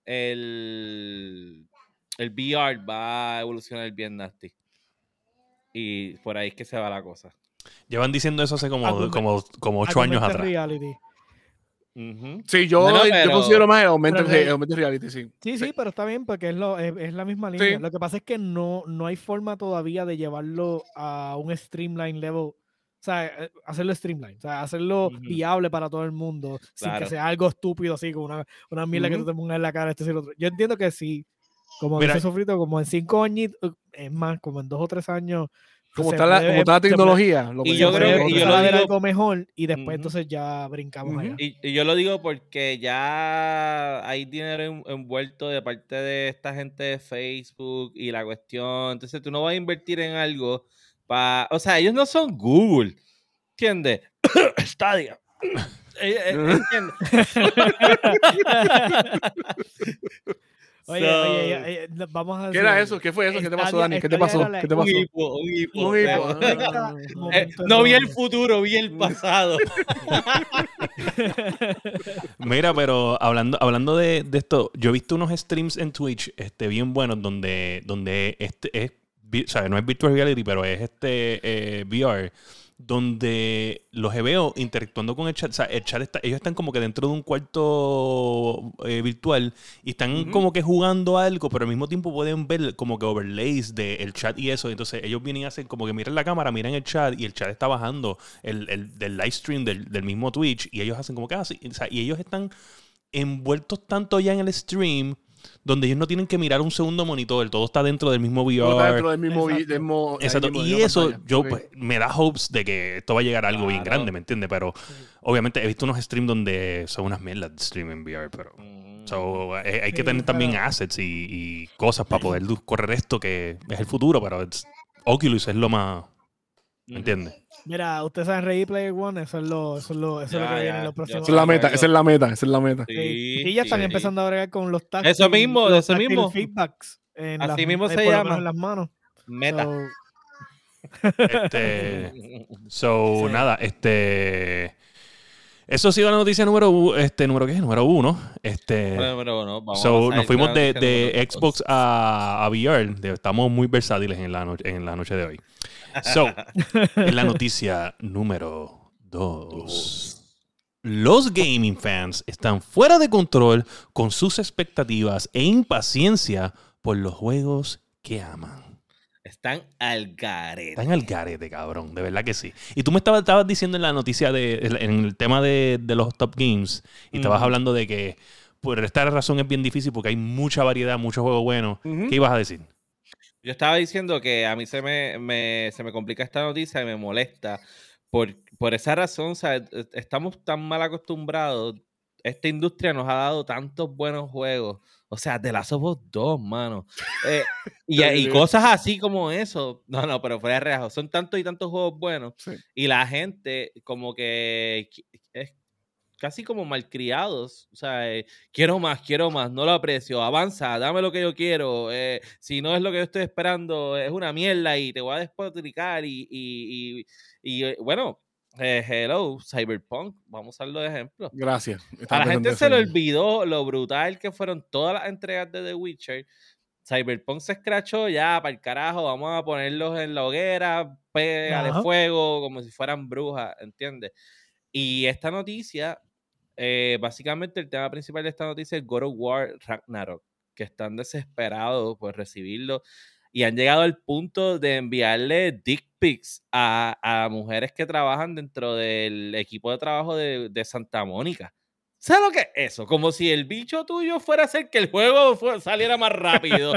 el, el V R va a evolucionar bien nasty. Y por ahí es que se va la cosa. Llevan diciendo eso hace como, Argument- como, como ocho años Augmented atrás. reality. Ujú. Sí, yo, No, no, yo pero- considero más el aumento pero- de aumento de reality, sí. Sí, sí, pero está bien porque es, lo, es, es la misma línea. Sí. Lo que pasa es que no, no hay forma todavía de llevarlo a un streamline level. O sea, eh, hacerlo streamline. O sea, hacerlo Ujú. viable para todo el mundo sin Claro. que sea algo estúpido así, con una, una mierda que Ujú. tú te pongas en la cara, este y el otro. Yo entiendo que sí, como Mira- dice Sofrito, como en cinco años, es más, como en dos o tres años. Como se está la, puede- como está la se puede- tecnología. lo y que yo se creo puede que- y yo empezar lo a ver digo- algo mejor y después Ujú. entonces ya brincamos Ujú. allá. Y, y yo lo digo porque ya hay dinero en- envuelto de parte de esta gente de Facebook y la cuestión. Entonces tú no vas a invertir en algo para... O sea, ellos no son Google. ¿Entiendes? Stadia. Eh, eh, ¿entiendes? Oye, So, oye, ya- eh, no, vamos a ¿Qué decir era algo. eso? ¿Qué fue eso? ¿Qué te pasó, Stadia- Dani? ¿Qué te Stadia pasó? era la- ¿Qué te un pasó? hipo, un hipo. Un hipo. Eh, Perfecta Ah. eh, momento no vi el erróneo. futuro, vi el pasado. Mira, pero hablando, hablando de, de esto, yo he visto unos streams en Twitch este, bien buenos donde, donde este es, vi- o sea, no es virtual reality, pero es este eh, V R, donde los veo interactuando con el chat. O sea, el chat está, ellos están como que dentro de un cuarto eh, virtual y están Ujú. como que jugando algo, pero al mismo tiempo pueden ver como que overlays del chat y eso. Entonces ellos vienen y hacen como que miran la cámara, miran el chat y el chat está bajando el, el del live stream del, del mismo Twitch y ellos hacen como que así. O sea, y ellos están envueltos tanto ya en el stream donde ellos no tienen que mirar un segundo monitor, todo está dentro del mismo V R. Todo está dentro del mismo... Exacto. del mismo- Exacto. del mismo- Y de la eso pantalla. yo Ok. pues, me da hopes de que esto va a llegar a algo bien Claro. grande, ¿me entiendes? Pero obviamente he visto unos streams donde son unas mierdas de stream en V R, pero Mm. so, eh, hay que Sí, tener también pero- assets y, y cosas para poder correr esto que es el futuro, pero it's- Oculus es lo más, ¿me entiendes? Mira, ustedes saben Ready Player One, eso es lo, eso es lo, eso es lo Ya, que viene ya, en los ya próximos Esa es la Sí, meta, acuerdo. esa es la meta, esa es la meta. Sí, Sí, y ya están sí. empezando a bregar con los táctiles. Eso mismo, los eso tactile mismo. feedbacks en Así las, mismo eh, se por lo llama. menos en las manos. Meta. So, Este, so, Sí. nada, este... Eso ha sido la noticia número, u- este, número ¿qué? Número uno. Este, Bueno, pero bueno, vamos so, a pasar nos fuimos con la de, noticia de número dos. Xbox a, a V R. De- estamos muy versátiles en la, no- en la noche de hoy. So, en la noticia número dos. Los gaming fans están fuera de control con sus expectativas e impaciencia por los juegos que aman. Están al garete. Están al garete, cabrón. De verdad que sí. Y tú me estabas, estabas diciendo en la noticia, de, en el tema de, de los top games, y estabas Ujú. hablando de que por esta razón es bien difícil porque hay mucha variedad, muchos juegos buenos. Ujú. ¿Qué ibas a decir? Yo estaba diciendo que a mí se me, me- se me complica esta noticia y me molesta por, por esa razón. O sea, e- estamos tan mal acostumbrados. Esta industria nos ha dado tantos buenos juegos. O sea, The Last of Us dos, mano. Eh, y, Sí, y sí. cosas así como eso. No, no, pero fuera de reajo. Son tantos y tantos juegos buenos. Sí. Y la gente como que qui- es casi como malcriados. O sea, eh, quiero más, quiero más, no lo aprecio, avanza, dame lo que yo quiero. eh, si no es lo que yo estoy esperando, es una mierda y te voy a despotricar. Y, y, y, y, eh, bueno, eh, hello, Cyberpunk, vamos a usarlo de ejemplo. Gracias. A Estaba la pensando gente se eso le ahí. olvidó lo brutal que fueron todas las entregas de The Witcher. Cyberpunk se escrachó ya, para el carajo, vamos a ponerlos en la hoguera, pégale Ajá. fuego, como si fueran brujas, ¿entiendes? Y esta noticia, eh, básicamente el tema principal de esta noticia es God of War Ragnarok, que están desesperados por recibirlo y han llegado al punto de enviarle dick pics a, a mujeres que trabajan dentro del equipo de trabajo de, de Santa Mónica. ¿Sabes lo que es eso? Como si el bicho tuyo fuera a hacer que el juego fue- saliera más rápido.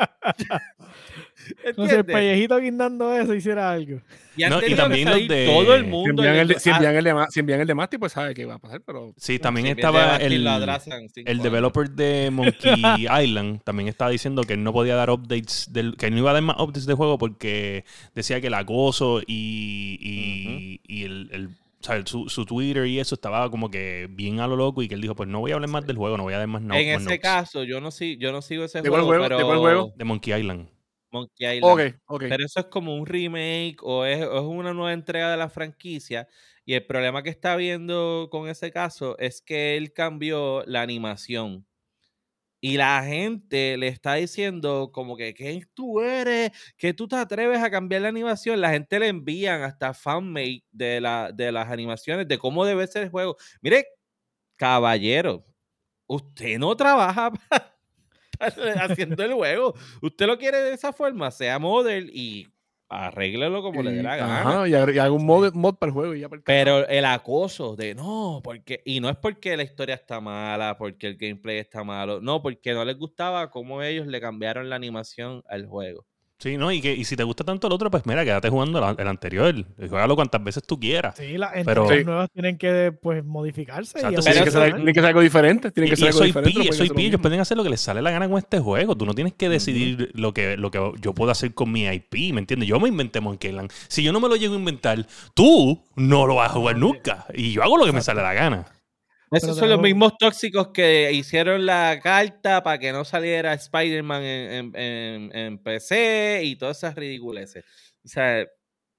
no sé, el ¿Entiendes? pellejito guindando eso hiciera algo. Y han No, y tenido que también los salir de- todo el Si mundo. envían el, de- en- si ah, envían el de Ma- si envían el de Masti, pues sabe qué va a pasar, pero... Sí, también si estaba viene de el, lo atrasan cinco el años. developer de Monkey Island. También estaba diciendo que él no podía dar updates, del, que no iba a dar más updates del juego porque decía que el acoso y, y, y el... el o sea, su, su Twitter y eso estaba como que bien a lo loco y que él dijo, pues no voy a hablar más del juego, no voy a dar más, no, en más ese notes. caso, yo no, si- yo no sigo ese ¿De cuál juego, juego? pero... ¿De cuál juego? De Monkey Island. Monkey Island. Ok, ok. Pero eso es como un remake o es, o es una nueva entrega de la franquicia. Y el problema que está viendo con ese caso es que él cambió la animación. Y la gente le está diciendo como que ¿qué tú eres? ¿Que tú te atreves a cambiar la animación? La gente le envían hasta fanmade de, la, de las animaciones, de cómo debe ser el juego. Mire, caballero, usted no trabaja haciendo el juego. Usted lo quiere de esa forma, sea model y arréglelo como y, le dé la gana. Ajá, y, y haga un mod, mod para el juego y ya para el Pero canal. El acoso de no, porque, y no es porque la historia está mala, porque el gameplay está malo, no, porque no les gustaba cómo ellos le cambiaron la animación al juego. Sí, ¿no? Y, que, y si te gusta tanto el otro, pues mira, quédate jugando el, el anterior. Juégalo cuantas veces tú quieras. Sí, las pero entregas nuevas tienen que pues modificarse. Exacto, y sí, tiene, que ser, tiene que ser algo diferente. Tiene y, que ser y algo eso diferente. I P, eso I P, ellos pueden hacer lo que les sale la gana con este juego. Tú no tienes que decidir uh-huh. lo, que, lo que yo puedo hacer con mi I P, ¿me entiendes? Yo me inventé Monkey Island. Si yo no me lo llego a inventar, tú no lo vas a jugar no, nunca. Y yo hago lo que Exacto. me sale la gana. Esos son los mismos tóxicos que hicieron la carta para que no saliera Spider-Man en, en, en, en P C y todas esas ridiculeces. O sea,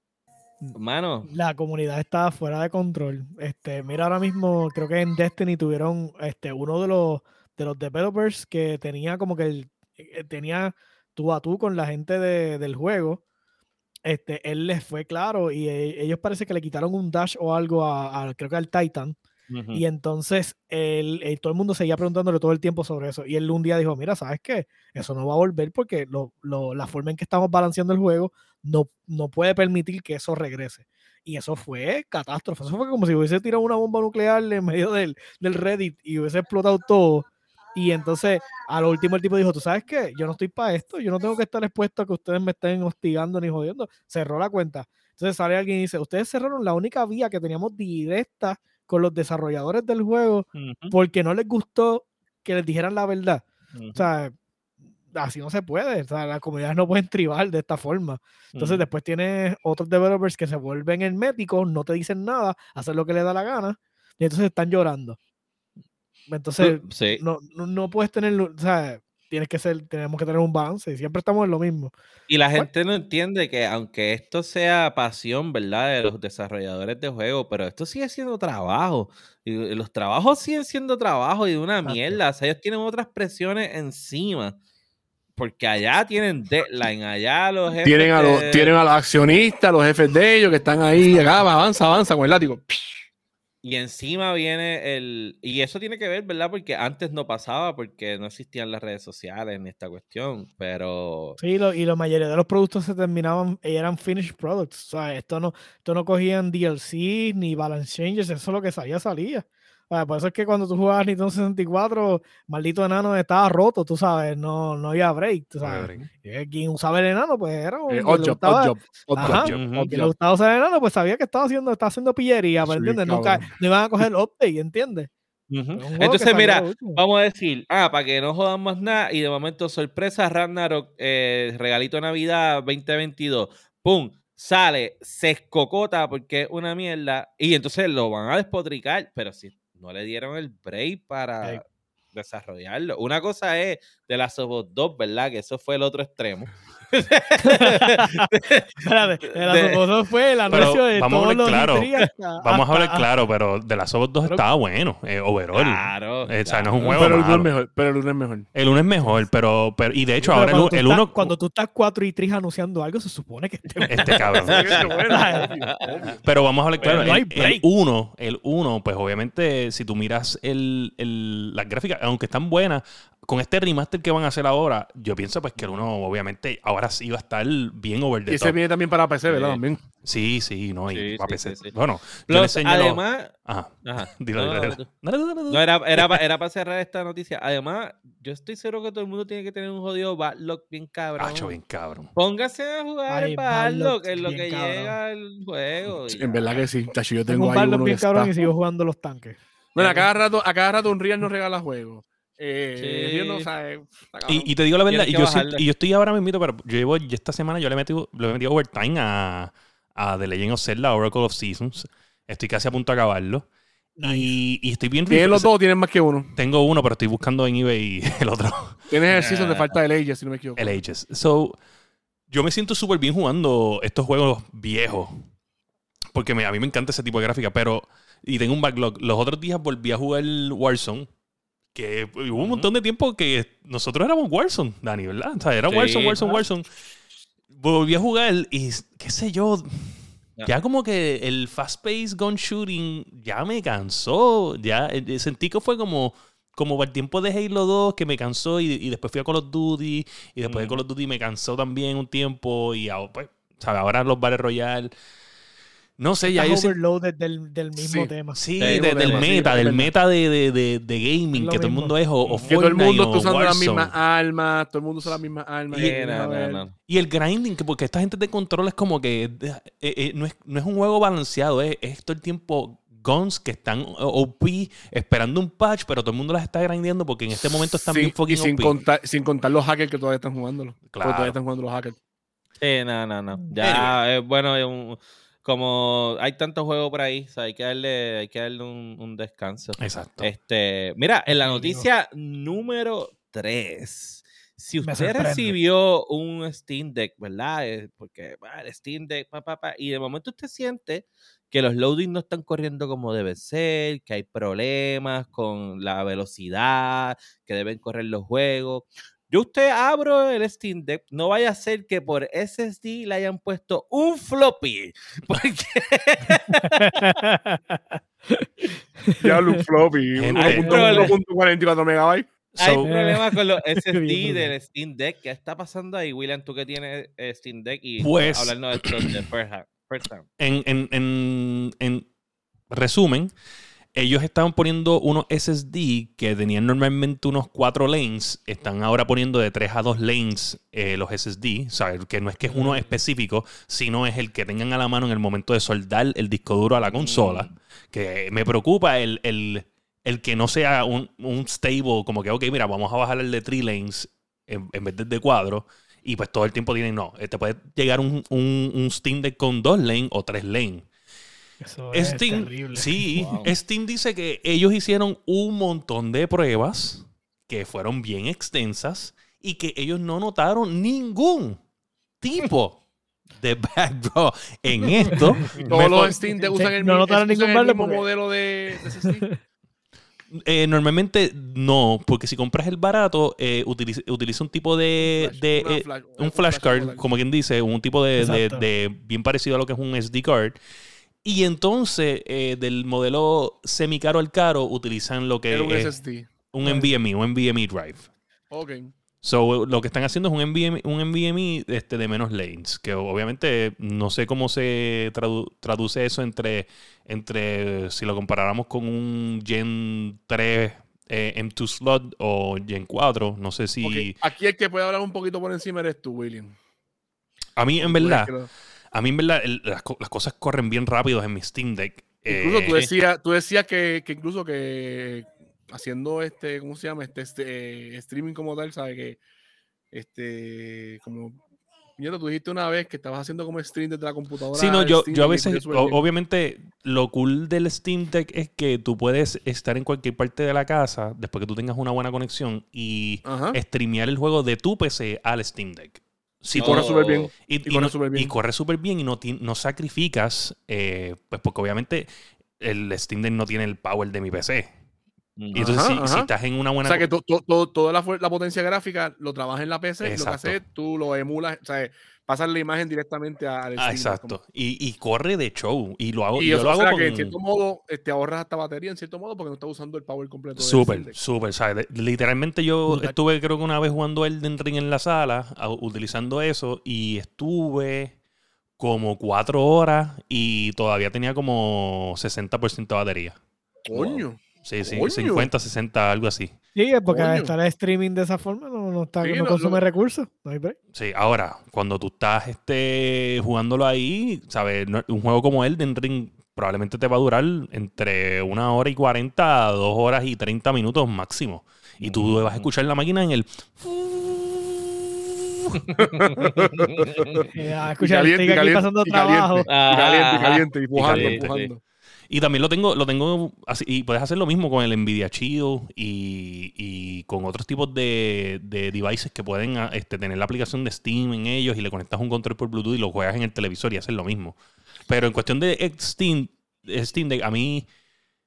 hermano. La comunidad está fuera de control. Este, mira, ahora mismo creo que en Destiny tuvieron este, uno de los, de los developers que tenía como que el, tenía tú a tú con la gente de, del juego. Este, él les fue claro y ellos parece que le quitaron un dash o algo a, a creo que al Titan. Uh-huh. Y entonces él, él, todo el mundo seguía preguntándole todo el tiempo sobre eso. Y él un día dijo, mira, ¿sabes qué? Eso no va a volver porque lo, lo, la forma en que estamos balanceando el juego no, no puede permitir que eso regrese. Y eso fue catástrofe. Eso fue como si hubiese tirado una bomba nuclear en medio del, del Reddit y hubiese explotado todo. Y entonces, a lo último el tipo dijo, ¿tú sabes qué? Yo no estoy para esto. Yo no tengo que estar expuesto a que ustedes me estén hostigando ni jodiendo. Cerró la cuenta. Entonces sale alguien y dice, ustedes cerraron la única vía que teníamos directa con los desarrolladores del juego uh-huh. porque no les gustó que les dijeran la verdad. Uh-huh. O sea, así no se puede. O sea, las comunidades no pueden tribar de esta forma. Entonces uh-huh. después tienes otros developers que se vuelven herméticos, no te dicen nada, hacen lo que les da la gana y entonces están llorando. Entonces, sí. no, no, no puedes tener, o sea, tienes que ser, tenemos que tener un balance y siempre estamos en lo mismo. Y la gente no entiende que aunque esto sea pasión, ¿verdad? De los desarrolladores de juegos, pero esto sigue siendo trabajo. Y los trabajos siguen siendo trabajo y de una Exacto. mierda. O sea, ellos tienen otras presiones encima. Porque allá tienen deadline, allá los jefes tienen a los, de... tienen a los accionistas, los jefes de ellos que están ahí, acá, avanza, avanza con el látigo. Y encima viene el... Y eso tiene que ver, ¿verdad? Porque antes no pasaba porque no existían las redes sociales ni esta cuestión, pero... Sí, lo, y la mayoría de los productos se terminaban, eran finished products. O sea, esto no, esto no cogían D L C ni balance changes, eso es lo que salía, salía. O sea, por eso es que cuando tú jugabas Nintendo sesenta y cuatro, maldito enano estaba roto, tú sabes, no, no había break, tú sabes. break. Quien usaba el enano, pues era un... Eh, odd job, odd job, odd Ajá, job. Quien le gustaba usar el enano, pues sabía que estaba haciendo, estaba haciendo pillería, sí, ¿entiendes? Nunca, no iban a coger el update, ¿entiendes? Uh-huh. Entonces, mira, vamos a decir, ah, para que no jodan más nada, y de momento, sorpresa, Ragnarok, eh, regalito de Navidad veinte veintidós, ¡pum! Sale, se escocota porque es una mierda, y entonces lo van a despotricar, pero si no le dieron el break para sí. desarrollarlo. Una cosa es de Last of Us dos, ¿verdad? Que eso fue el otro extremo. Espérate, de Last of Us dos fue el anuncio de vamos todos los claro. hasta, Vamos a hablar claro, pero de Last of Us dos pero, estaba bueno, eh, overall. Claro, eh, o sea, claro. no es un juego pero el malo. uno es mejor, pero el uno es mejor. El uno es mejor, pero, pero y de hecho pero ahora el, el uno... Estás, cuando tú estás cuatro y tres anunciando algo, se supone que esté este cabrón. Pero vamos a hablar claro, no el, el uno, el uno, pues obviamente si tú miras el, el, las gráficas, aunque están buenas, con este remaster que van a hacer ahora, yo pienso pues que el uno obviamente ahora sí va a estar bien over the top. Y ese top. viene también para P C, ¿verdad? También. Sí, sí, no, y sí, para sí, P C. Sí, sí. Bueno, Los, yo le enseño además, los... Ajá. Ajá. Dilo, no, dilo, dilo. No, no, no, no era, era, era para cerrar esta noticia. Además, yo estoy seguro que todo el mundo tiene que tener un jodido backlog bien cabrón. Acho, bien cabrón. Póngase a jugar Ay, el backlog en lo que cabrón. llega el juego. Sí, en verdad que sí. Tacho, yo tengo, tengo un backlog bien cabrón está... y sigo jugando los tanques. Bueno, a cada rato, a cada rato un Real nos regala juegos. Eh, sí. no, o sea, eh, y, y te digo la verdad, y yo, sí, y yo estoy ahora mismo, pero yo llevo yo esta semana, yo le he metido, le he metido overtime a, a The Legend of Zelda, Oracle of Seasons. Estoy casi a punto de acabarlo. Nice. Y, y estoy bien... ¿Tienes los dos? ¿Tienes más que uno? Tengo uno, pero estoy buscando en eBay el otro. Tienes el Season, te falta el Ages, si no me equivoco. El Ages. So, yo me siento súper bien jugando estos juegos viejos. Porque me, a mí me encanta ese tipo de gráfica, pero... Y tengo un backlog. Los otros días volví a jugar Warzone, que hubo un montón de tiempo que nosotros éramos Warzone, Dani, ¿verdad? O sea, era Sí. Warzone, Warzone, Warzone. Volví a jugar y, qué sé yo, Ya. ya como que el fast-paced gun shooting ya me cansó. Ya eh, sentí que fue como, como para el tiempo de Halo dos que me cansó y, y después fui a Call of Duty y después de Mm. Call of Duty me cansó también un tiempo y ahora, pues, ¿sabes? Ahora los Battle Royale. No sé, ya yo Estás sé- overloaded del, del mismo Sí. tema. Sí, Sí, de- mismo del tema, sí, meta, es del verdad. meta de, de, de, de gaming, Lo que todo el mismo. mundo es o, o Que todo el Fortnite mundo o está usando las Warzone. mismas armas, todo el mundo usa las mismas armas. Y- y Sí, vienes no, a no, ver- no. Y el grinding, que porque esta gente de control es como que eh, eh, no, es, no es un juego balanceado, es, es todo el tiempo guns que están O P esperando un patch, pero todo el mundo las está grindeando porque en este momento están Sin- bien fucking y sin O P. contar, sin contar los hackers que todavía están jugándolo. Porque Claro. todavía están jugando los hackers. Sí, no, no, no. Ya, Anyway. eh, bueno, es un- como hay tantos juegos por ahí, o sea, hay que darle, hay que darle un, un descanso. Exacto. Este, mira, en la Definitivo. noticia número tres, si Me usted sorprende. recibió un Steam Deck, ¿verdad? Eh, Porque ah, el Steam Deck, pa, pa, pa, y de momento usted siente que los loadings no están corriendo como debe ser, que hay problemas con la velocidad, que deben correr los juegos. Yo usted abro el Steam Deck, no vaya a ser que por S S D le hayan puesto un floppy, porque Ya un floppy, Gente. uno punto cuarenta y cuatro megabytes. hay So, problemas con los S S D Bien brutal. del Steam Deck. ¿Qué está pasando ahí, William? Tú que tienes eh, Steam Deck y Pues- hablarnos de esto de first hand. First hand. en, en, en, en resumen, ellos estaban poniendo unos S S D que tenían normalmente unos cuatro lanes, están ahora poniendo de tres a dos lanes eh, los S S D, o sea, que no es que es uno específico, sino es el que tengan a la mano en el momento de soldar el disco duro a la consola, Mm. que me preocupa el, el, el que no sea un, un stable, como que, ok, mira, vamos a bajar el de three lanes en, en vez del de cuatro, y pues todo el tiempo tienen, no, eh, te puede llegar un, un, un Steam Deck con dos lanes o tres lanes. Eso es Steam, terrible. sí, Wow. Steam dice que ellos hicieron un montón de pruebas que fueron bien extensas y que ellos no notaron ningún tipo de backdraw en esto. Todos Me los fue- Steam Deck usan el, No mi- notaron usan ningún el bug mismo porque- modelo de, de S S D. eh, normalmente no, porque si compras el barato, eh, utiliza, utiliza un tipo de, Flash- de, una eh, flash- un un flashcard, flash como quien dice, un tipo de, de, Exacto. de bien parecido a lo que es un S D card. Y entonces, eh, del modelo semi-caro al caro, utilizan lo que Era un es S S D. un NVMe, un NVMe Drive. Ok. So, lo que están haciendo es un NVMe, un NVMe este, de menos lanes, que obviamente no sé cómo se tradu- traduce eso entre, entre, si lo comparáramos con un Gen tres eh, M dos slot o Gen cuatro, no sé si... Ok. Aquí el que puede hablar un poquito por encima eres tú, William. A mí, en Tú eres verdad, que lo- a mí en verdad, el- las, co- las cosas corren bien rápido en mi Steam Deck. Incluso Eh, tú decías, tú decías que, que incluso que haciendo este, ¿cómo se llama? Este, este eh, streaming como tal, ¿sabes? Que este, como, Nieto, tú dijiste una vez que estabas haciendo como stream desde la computadora. Sí, no, al yo, Steam yo a Deck y veces, corría súper o- bien. obviamente, lo cool del Steam Deck es que tú puedes estar en cualquier parte de la casa después que tú tengas una buena conexión y Ajá. streamear el juego de tu P C al Steam Deck. Si Y tú- corre súper bien. y, y y corre no- súper bien. y corre súper bien y no, ti- no sacrificas, eh, pues porque obviamente el Steam Deck no tiene el power de mi P C. Y entonces, Ajá, si, ajá. si estás en una O buena... sea que to- to- to- toda la, fu- la potencia gráfica lo trabajas en la P C, lo que Exacto. haces, tú lo emulas, o sea, pasas la imagen directamente a- al Ah, Steam Deck, exacto. Y, y corre de show. Y lo hago, como- Y yo eso, lo o hago sea, con... que en cierto modo te ahorras hasta batería, en cierto modo, porque no estás usando el power completo del Súper, Steam Deck. súper. ¿Sabes? Literalmente yo Brutal. estuve creo que una vez jugando Elden Ring en la sala, a- utilizando eso, y estuve como cuatro horas y todavía tenía como sesenta por ciento de batería. Coño. Sí, sí, Coño. cincuenta, sesenta, algo así. Sí, es porque Coño. al estar streaming de esa forma no, no, está, Sí, no no, consume lo- recursos. No hay break. Sí, ahora, cuando tú estás este, jugándolo ahí, ¿sabes? No- Un juego como Elden Ring probablemente te va a durar entre una hora y cuarenta a dos horas y treinta minutos máximo. Y tú vas a escuchar la máquina en el... Eh, a Y escuchar el tig aquí pasando y trabajo. caliente, y caliente, y Ajá, caliente, y pujando, caliente, empujando. Y también lo tengo, lo tengo así, y puedes hacer lo mismo con el Nvidia Shield y, y con otros tipos de, de devices que pueden ah, este, tener la aplicación de Steam en ellos y le conectas un control por Bluetooth y lo juegas en el televisor y haces lo mismo. Pero en cuestión de Steam, Steam Deck, a mí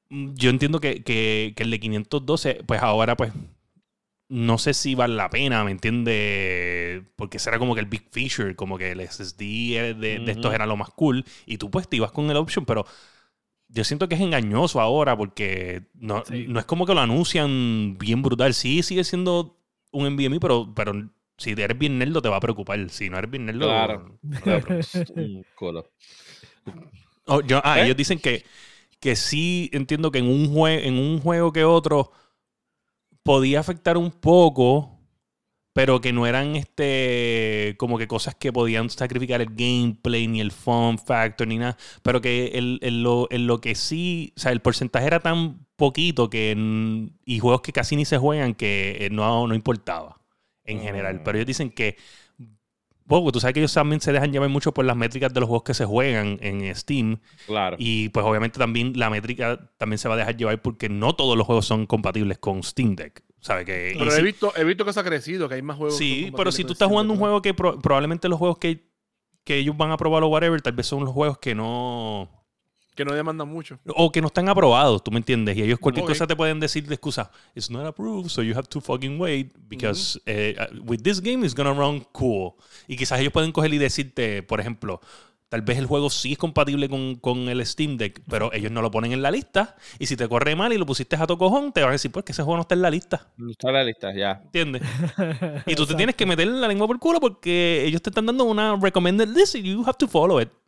yo entiendo que, que, que el de quinientos doce, pues ahora pues no sé si vale la pena, ¿me entiendes? Porque ese era como que el big feature, como que el S S D de, de, uh-huh. de estos era lo más cool. Y tú pues te ibas con el option, pero yo siento que es engañoso ahora porque no, sí. no es como que lo anuncian bien brutal. Sí, sigue siendo un N V M e, pero, pero si eres bien nerdo te va a preocupar. Si no eres bien nerdo... Claro. No claro. Colo. Oh, yo, ah, ¿Eh? ellos dicen que, que sí entiendo que en un, jue- en un juego que otro podía afectar un poco, pero que no eran este como que cosas que podían sacrificar el gameplay, ni el fun factor, ni nada. Pero que el, el, lo, el lo que sí, o sea, el porcentaje era tan poquito que en, y juegos que casi ni se juegan que no, no importaba en mm. general. Pero ellos dicen que Bueno, tú sabes que ellos también se dejan llevar mucho por las métricas de los juegos que se juegan en Steam. Claro. Y pues obviamente también la métrica también se va a dejar llevar porque no todos los juegos son compatibles con Steam Deck. ¿Sabe? Que, pero he, si, visto, he visto que se ha crecido, que hay más juegos. Sí, pero si tú estás jugando un juego que pro, probablemente los juegos que, que ellos van a probar o whatever, tal vez son los juegos que no... Que no demandan mucho. O que no están aprobados, ¿tú me entiendes? Y ellos cualquier okay. cosa te pueden decir de excusa. It's not approved, so you have to fucking wait because mm-hmm. uh, with this game it's gonna run cool. Y quizás ellos pueden coger y decirte, por ejemplo, tal vez el juego sí es compatible con, con el Steam Deck, pero ellos no lo ponen en la lista. Y si te corre mal y lo pusiste a tu cojón, te van a decir, pues que ese juego no está en la lista. No está en la lista, ya. ¿Entiendes? Y tú te tienes que meter la lengua por el culo porque ellos te están dando una recommended list y you have to follow it.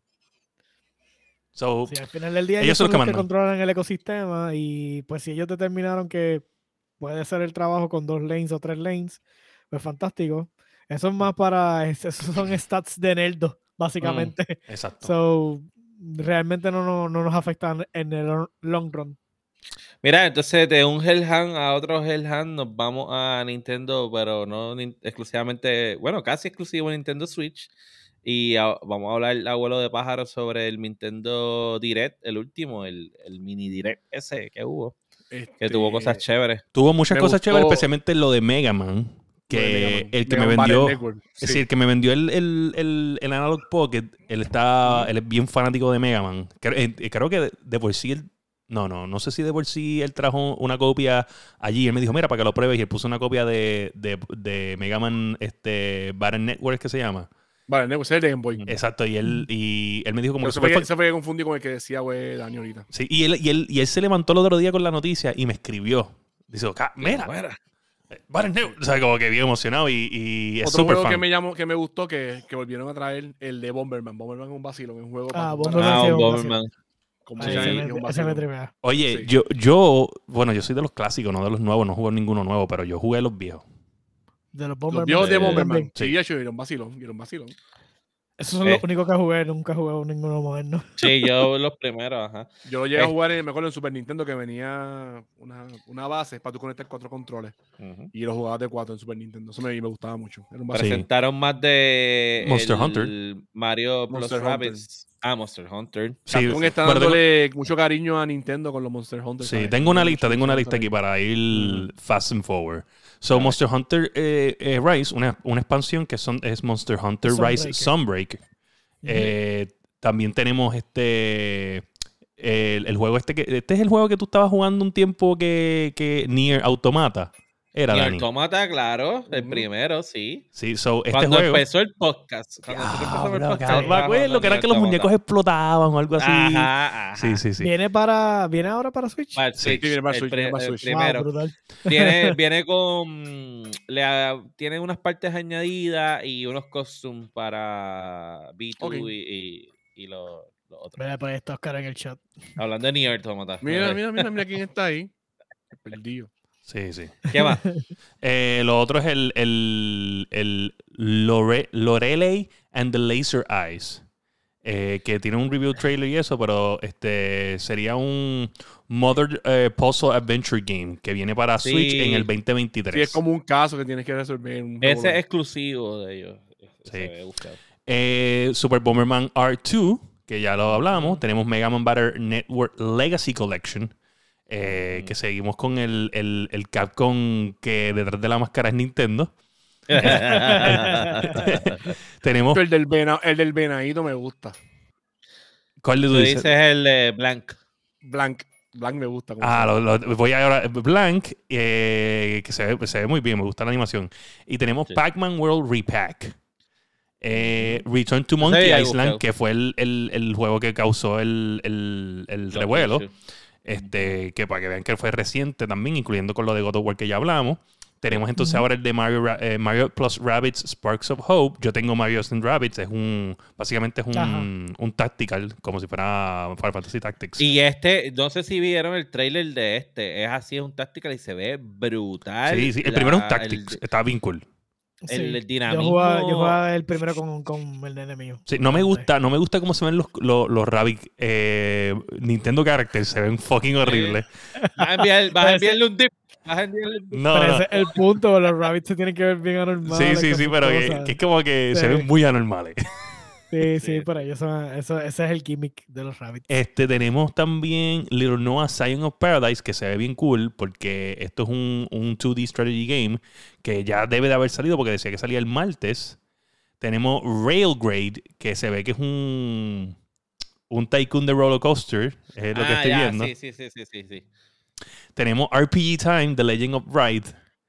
So, sí, al final del día ellos, ellos son los que, que controlan el ecosistema y pues si ellos determinaron que puede ser el trabajo con dos lanes o tres lanes, pues fantástico. Eso es más para, esos son stats de nerdo, básicamente. Mm, exacto. So, realmente no, no, no nos afectan en el long run. Mira, entonces de un Hellhand a otro Hellhand nos vamos a Nintendo, pero no ni, exclusivamente, bueno, casi exclusivo Nintendo Switch. Y a, vamos a hablar, abuelo de pájaro, sobre el Nintendo Direct, el último, el, el mini Direct ese que hubo, este, que tuvo cosas chéveres. Tuvo muchas me cosas gustó, chéveres, especialmente lo de Mega Man, que Mega Man, el que Mega me vendió, es sí. decir, el que me vendió el, el, el, el Analog Pocket, él está, él es bien fanático de Mega Man. Creo, creo que de, de por sí él, no, no, no sé si de por sí él trajo una copia allí. Él me dijo, mira, para que lo pruebes, y él puso una copia de, de, de Mega Man este, Battle Network, que se llama. Vale, ese es el de Game Boy. Exacto, y él, y él me dijo como que... Se fue, se fue que confundí con el que decía, güey, Dani ahorita. Sí, y él, y, él, y él se levantó el otro día con la noticia y me escribió. Dice, mira, mira. O sea, como que bien emocionado y, y es otro super juego fan. que me, llamó, que me gustó, que, que volvieron a traer, el de Bomberman. Bomberman es un vacilo, es un juego... Ah, para Bomberman. Ah, un Bomberman. Como sí, ese, me, ese me trivea. Oye, sí. yo, yo, bueno, yo soy de los clásicos, no de los nuevos, no jugué ninguno nuevo, pero yo jugué los viejos. De los Bomberman. Los viejos de Bomberman. Sí, sí, sí, era un vacilón, era un vacilón. Esos son eh. los únicos que jugué, nunca jugué ninguno moderno. Sí, yo los primeros, ajá. Yo lo llegué eh. a jugar, en, me acuerdo, en Super Nintendo, que venía una, una base para tú conectar cuatro controles. Uh-huh. Y lo jugabas de cuatro en Super Nintendo. Eso me, me gustaba mucho. Era un Presentaron sí. más de Monster el Hunter. Mario Monster Plus Rabbids. Ah, Monster Hunter. Sí, Capcom está dándole tengo... mucho cariño a Nintendo con los Monster Hunter. Sí, ¿sabes? tengo una lista, tengo una lista aquí para ir mm. fast and forward. So, right. Monster Hunter eh, eh, Rise, una, una expansión que son, es Monster Hunter Rise Sunbreaker. Eh, también tenemos este el, el juego este que este es el juego que tú estabas jugando un tiempo que, que Nier Automata era Nier Dani. Automata, claro, el uh-huh. primero, sí. Sí, so este cuando juego empezó el podcast. Cuando ah, empezó el podcast. Me acuerdo que era que los muñecos explotaban o algo así. Ajá, ajá. Sí, sí, sí. Viene para viene ahora para Switch. Para sí, Switch, viene para el, Switch, pre, viene para Switch. El primero. Wow, brutal. Viene, viene con le, tiene unas partes añadidas y unos costumes para B dos okay. y, y, y los lo otros. Mira, pues está Oscar en el chat. Hablando de Nier Automata. Mira, mira, mira, mira quién está ahí. Perdido. Sí, sí. ¿Qué más? eh, lo otro es el, el, el Lore, Lorelei and the Laser Eyes. Eh, que tiene un review trailer y eso, pero este sería un Mother uh, Puzzle Adventure Game que viene para sí. Switch en el veinte veintitrés. Sí, es como un caso que tienes que resolver. Un Ese es exclusivo de ellos. Sí. Eh, Super Bomberman R dos, que ya lo hablamos. Mm. Tenemos Mega Man Battle Network Legacy Collection. Eh, mm. Que seguimos con el, el, el Capcom que detrás de la máscara es Nintendo. Tenemos el del, vena, el del venadito me gusta. ¿Cuál de tú dices? dices? Dices el eh, Blank. Blank. Blank me gusta. Ah, lo, lo, voy ahora. Blank, eh, que se ve, se ve muy bien, me gusta la animación. Y tenemos sí. Pac-Man World Repack. Eh, Return to Monkey sí, Island, que fue el, el, el juego que causó el, el, el revuelo. Sí. Este, que para que vean que fue reciente también, incluyendo con lo de God of War que ya hablamos. Tenemos entonces uh-huh. ahora el de Mario, eh, Mario Plus Rabbids Sparks of Hope. Yo tengo Mario and Rabbids, es un básicamente es un, un tactical, como si fuera Final Fantasy Tactics. Y este, no sé si vieron el trailer de este, es así, es un tactical y se ve brutal. Sí, sí, el la, primero es un Tactics, el, está bien cool. El, sí. el dinamismo. Yo jugaba, yo jugaba el primero con, con el nene mío. Sí, no me gusta, no me gusta cómo se ven los, los, los Rabbids eh, Nintendo Characters, se ven fucking horribles. Vas a, enviar, vas a enviarle un tip. Vas a enviarle un tip. No, pero no. ese es el punto, los Rabbids se tienen que ver bien anormales. Sí, sí, sí, pero que, que es como que sí. se ven muy anormales. Sí, sí, sí, pero ellos son, eso, ese es el gimmick de los Rabbids. Este, tenemos también Little Noah Scion of Paradise, que se ve bien cool, porque esto es un, un dos D strategy game que ya debe de haber salido, porque decía que salía el martes. Tenemos Railgrade, que se ve que es un, un tycoon de roller coaster, es lo ah, que estoy ya, viendo. Sí, sí, sí, sí, sí, sí. Tenemos R P G Time, The Legend of Ride,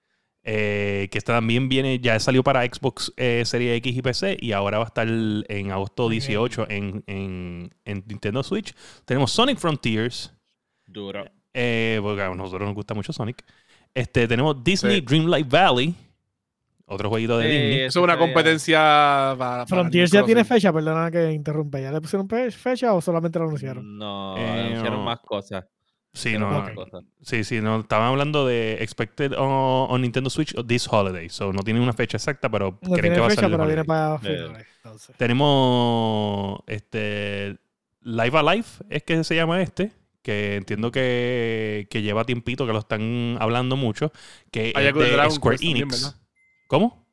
eh, que esta también viene, ya salió para Xbox eh, Series X y P C y ahora va a estar en agosto dieciocho en, en, en Nintendo Switch. Tenemos Sonic Frontiers. Duro. Eh, porque a nosotros nos gusta mucho Sonic. Este, tenemos Disney sí. Dreamlight Valley. Otro jueguito de sí, Disney. Eso es una competencia para, para Frontiers ya tiene fecha, perdona que interrumpa. ¿Ya le pusieron fecha o solamente lo anunciaron? No, eh, anunciaron no. más cosas. Sí, no, okay. sí, sí, no, estaban hablando de expected on, on Nintendo Switch this holiday, so no tiene una fecha exacta, pero no creen que va a salir. Pero viene para finales, entonces. Tenemos este Live Alive, es que se llama este, que entiendo que, que lleva tiempito que lo están hablando mucho, que hay es de Dragon Square Quest Enix. También, ¿Cómo?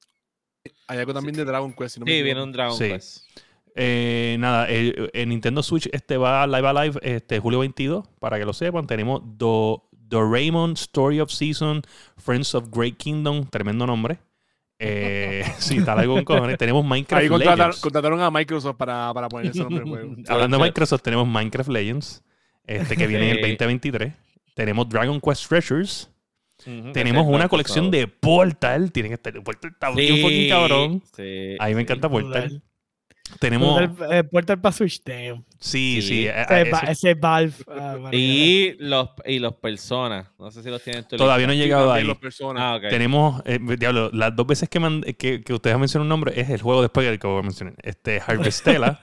Hay algo también sí. de Dragon Quest. Si no sí, me viene un Dragon sí. Quest. Eh, nada, el, el Nintendo Switch este va Live Alive este julio veintidós, para que lo sepan. Tenemos Do, Doraemon Story of Season, Friends of Great Kingdom, tremendo nombre. Eh, sí, está algo con cojones. Tenemos Minecraft Ahí contratar, Legends. Contrataron a Microsoft para, para poner ese nombre del juego. Hablando de Microsoft, tenemos Minecraft Legends, este que viene en el veinte veintitrés. Tenemos Dragon Quest Treasures. Uh-huh. Tenemos una no, colección de Portal. Tienen que estar. Portal está bien sí, fucking cabrón. Sí, a mí me sí, encanta Portal. Tenemos el, el Portal para Switch, damn. Sí, sí. sí. Ese, ese, ese Valve. Uh, y, los, y los Personas. No sé si los tienen. Todavía no he llegado ahí. Los ah, okay. Tenemos, eh, diablo, las dos veces que, man, que, que ustedes han mencionado un nombre es el juego después del que voy a mencionar. Este, Harvestella.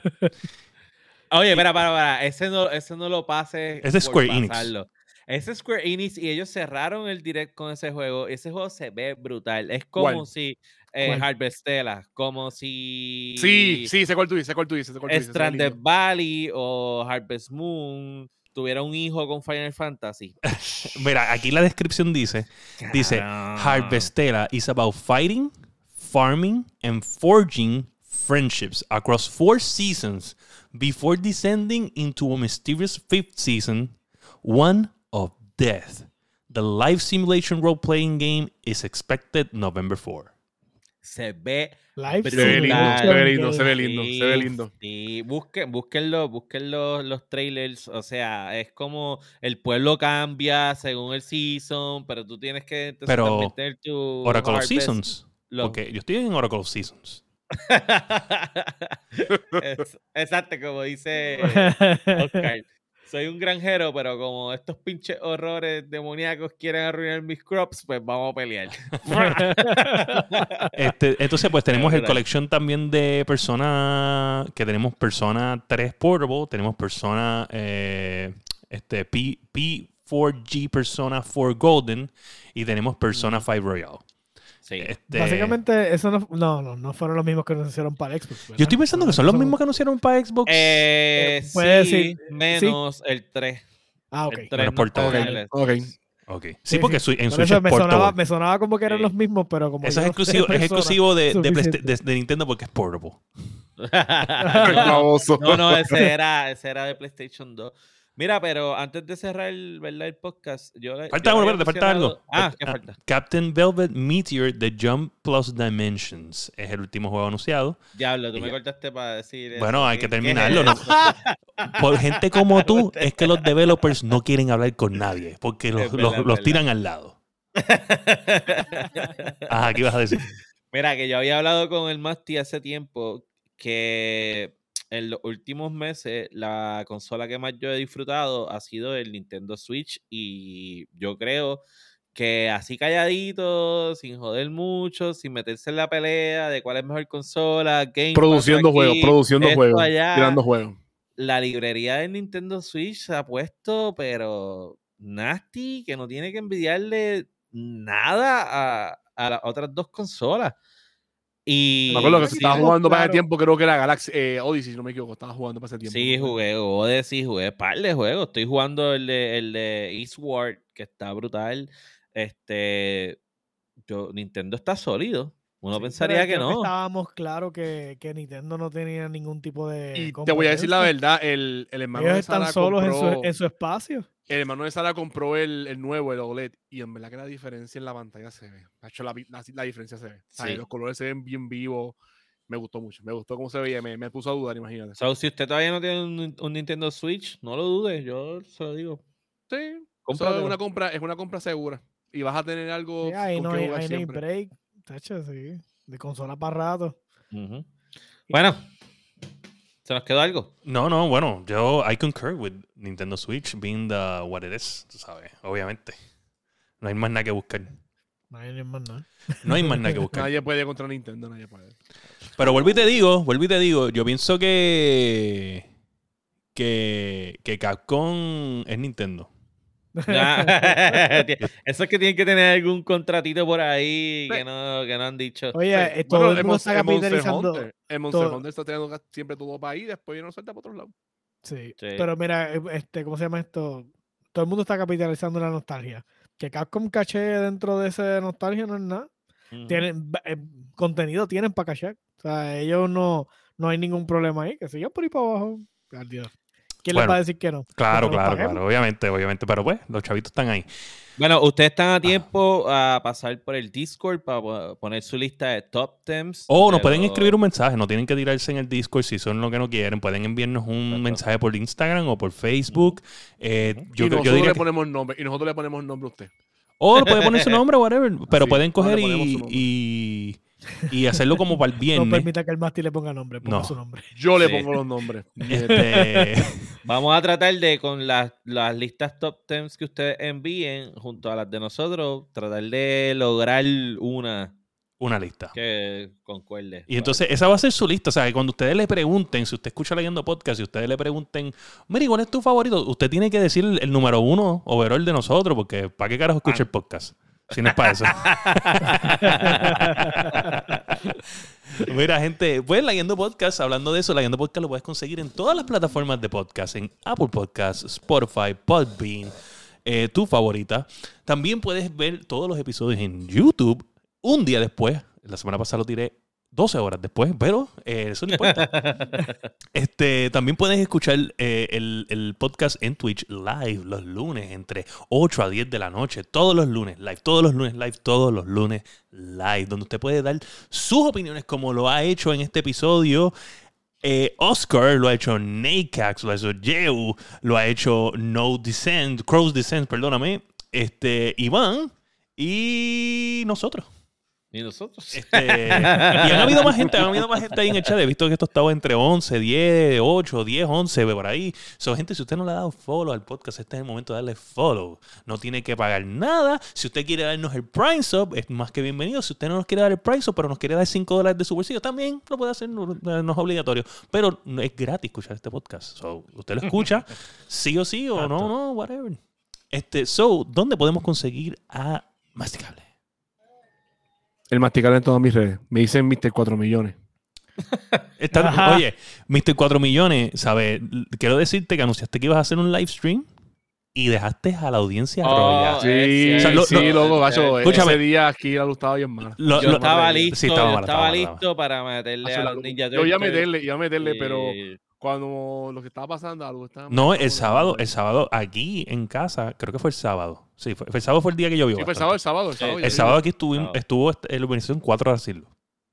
Oye, espera, para, para. Ese no, ese no lo pases. Ese es Square Enix. Ese es Square Enix y ellos cerraron el direct con ese juego. Ese juego se ve brutal. Es como ¿Cuál? si eh, Harvestella, como si... Sí, sí, sé cuál tú dices, sé cuál tú dices. Sé cuál tú dices Stranded Valley o Harvest Moon tuviera un hijo con Final Fantasy. Mira, aquí la descripción dice, Caramba. dice, Harvestella is about fighting, farming, and forging friendships across four seasons before descending into a mysterious fifth season, one of death. The live simulation role-playing game is expected November fourth. Se ve live se ve lindo, se ve lindo, se ve lindo, se ve lindo. Sí, busquen, búsquenlo, busquen los, los trailers. O sea, es como el pueblo cambia según el season, pero tú tienes que entonces, pero meter tu Oracle harvest, Seasons. Lo... Porque yo estoy en Oracle Seasons. es, exacto, como dice Oscar. Soy un granjero, pero como estos pinches horrores demoníacos quieren arruinar mis crops, pues vamos a pelear. este, entonces, pues tenemos el collection también de Persona, que tenemos Persona tres Portable, tenemos Persona eh, este, P, P cuatro G Persona cuatro Golden y tenemos Persona cinco Royal. Sí. Este... Básicamente, eso no, no, no, no fueron los mismos que anunciaron para Xbox, ¿verdad? Yo estoy pensando que son los mismos que anunciaron para Xbox. Eh, sí, decir, menos ¿sí? el tres. Ah, ok. El tres no okay. okay. Ok. Sí, sí, porque sí. en Por Switch eso es me portable. sonaba, me sonaba como que eran sí. los mismos, pero como... Eso es exclusivo, es exclusivo de, de, de, de Nintendo porque es portable. no, no, ese era, ese era de PlayStation dos. Mira, pero antes de cerrar el, ¿verdad? el podcast, yo le- Falta yo algo, había espérate, falta algo. mencionado- Ah, ¿qué Ah, falta? Captain Velvet Meteor The Jump Plus Dimensions es el último juego anunciado. Diablo, tú Y me ya. cortaste para decir eso. Bueno, hay ¿Qué- que qué es terminarlo, ¿no? eso? Por gente como tú, es que los developers no quieren hablar con nadie porque los, Es verdad, los- es los verdad. tiran al lado. Ajá, ¿qué ibas a decir? Mira, que yo había hablado con el Masti hace tiempo que en los últimos meses la consola que más yo he disfrutado ha sido el Nintendo Switch y yo creo que así calladito, sin joder mucho, sin meterse en la pelea de cuál es mejor consola, Game Pass Produciendo aquí, juegos, produciendo esto juegos, allá. tirando juegos. La librería del Nintendo Switch se ha puesto, pero nasty, que no tiene que envidiarle nada a, a las otras dos consolas. Y Me acuerdo que aquí se estaba estamos jugando para ese claros. tiempo, creo que era Galaxy eh, Odyssey, si no me equivoco, estaba jugando para ese tiempo. sí, jugué Odyssey, jugué par de juegos. Estoy jugando el de, el de Eastward, que está brutal. Este, yo, Nintendo está sólido. Uno Sí, pensaría pero que creo no. estábamos claros que, que Nintendo no tenía ningún tipo de. Y te voy a decir la competencia. verdad, el, el hermano Ellos de están Sara solos en, compró, su, en su espacio. el hermano de Sara compró el, el nuevo, el O L E D, y en verdad que la diferencia en la pantalla se ve. De hecho, la, vi- la, la diferencia se ve. O sea, Sí. los colores se ven bien vivos. Me gustó mucho. Me gustó cómo se veía. Me, me puso a dudar, imagínate. So, si usted todavía no tiene un, un Nintendo Switch, no lo dude, yo se lo digo. Sí, eso es Cómpratelo. una compra, es una compra segura. Y vas a tener algo Sí, ahí con no que hay, jugar ahí no hay siempre. break. Tacho, sí. De consola para rato. Ujú. Bueno, ¿se nos quedó algo? No, no, bueno, yo I concur with Nintendo Switch being the what it is, tú sabes, obviamente. No hay más nada que buscar. No hay ni más nada. No hay más nada que buscar. Nadie puede contra Nintendo, nadie puede. Pero vuelvo y te digo, vuelvo y te digo, yo pienso que que, que Capcom es Nintendo. Eso es que tienen que tener algún contratito por ahí que Sí. no, que no han dicho. Oye, Sí. eh, todo Bueno, el mundo Mon- está Monster capitalizando. Hunter. El Monster todo- Hunter está teniendo siempre todo para ahí, después viene a suelta para otro lado. Sí. Sí. Pero mira, eh, este, ¿cómo se llama esto? Todo el mundo está capitalizando la nostalgia. Que Capcom caché dentro de esa nostalgia no es nada. Ujú. Tienen eh, contenido tienen para cachar. O sea, ellos no, no hay ningún problema ahí. Que sigan por ahí para abajo. Ay, Dios. ¿Quién Bueno, les va a decir que no? Claro, Que nos claro, paguemos. claro, obviamente, obviamente, pero pues los chavitos están ahí. Bueno, ustedes están a tiempo a pasar por el Discord para po- poner su lista de top tems. O nos de pueden los- escribir un mensaje, no tienen que tirarse en el Discord si son lo que no quieren. Pueden enviarnos un Exacto. mensaje por Instagram o por Facebook. Eh, Ujú. yo, y yo nosotros diría le que- ponemos nombre. Y nosotros le ponemos nombre a usted. o le puede poner su nombre, whatever. Pero Así, pueden no, coger le ponemos su y, nombre. y, y hacerlo como para el No viernes. permita que el Masti le ponga nombre, ponga No. su nombre. Yo le Sí. pongo los nombres. Este, Vamos a tratar de, con las, las listas top tems que ustedes envíen, junto a las de nosotros, tratar de lograr una una lista. que concuerde. Y entonces esa va a ser su lista. O sea, que cuando ustedes le pregunten, si usted escucha leyendo podcast, si ustedes le pregunten, mire, ¿cuál es tu favorito? Usted tiene que decir el, el número uno overall de nosotros, porque ¿para qué carajo escucha el podcast? Si no es para eso. Mira, gente, pues Leyendo Podcast, hablando de eso, Leyendo Podcast lo puedes conseguir en todas las plataformas de podcast, en Apple Podcasts, Spotify, Podbean, eh, tu favorita. También puedes ver todos los episodios en YouTube un día después. La semana pasada lo tiré doce horas después, pero eh, eso no importa. Este, también puedes escuchar eh, el, el podcast en Twitch live los lunes entre ocho a diez de la noche, todos los lunes live, todos los lunes live, todos los lunes live, donde usted puede dar sus opiniones como lo ha hecho en este episodio. Eh, Oscar, lo ha hecho Naycax, lo ha hecho Jeu, lo ha hecho No Descent, Crow's Descent, perdóname, este, Iván y nosotros. Y nosotros. Este, y han habido más gente, han habido más gente ahí en el chat. He visto que esto estaba entre once, diez, ocho, diez, once, por ahí. So, gente, si usted no le ha dado follow al podcast, este es el momento de darle follow. No tiene que pagar nada. Si usted quiere darnos el Prime Sub, es más que bienvenido. Si usted no nos quiere dar el Prime Sub, pero nos quiere dar cinco dólares de su bolsillo, también lo puede hacer, no, no es obligatorio. Pero no- es gratis escuchar este podcast. So, usted lo escucha, sí o sí, o no, no, whatever. Este, so, ¿dónde podemos conseguir a Masticable? El masticable en todas mis redes. Me dicen mister cuatro millones. Está- Ajá. oye, mister cuatro millones, ¿sabes? Quiero decirte que anunciaste que ibas a hacer un live stream y dejaste a la audiencia Oh, arrollada. Sí, es O sea, lo- sí, lo- loco, gacho. Escúchame. Ese día aquí la luz estaba bien mala. Lo- Yo lo- estaba Sí, listo, estaba yo mal, estaba estaba mal, listo para meterle Hacho, a la los luz. Ninja Yo iba a Turtles meterle, iba a meterle, pero y- Cuando lo que estaba pasando, algo estaba No, el sábado, el sábado aquí en casa, creo que fue el sábado. Sí, fue, el sábado fue el día que llovió. Sí, fue el sábado, el sábado. El sábado, el sábado aquí estuvimos, estuvo en la urbanización cuatro horas sin luz.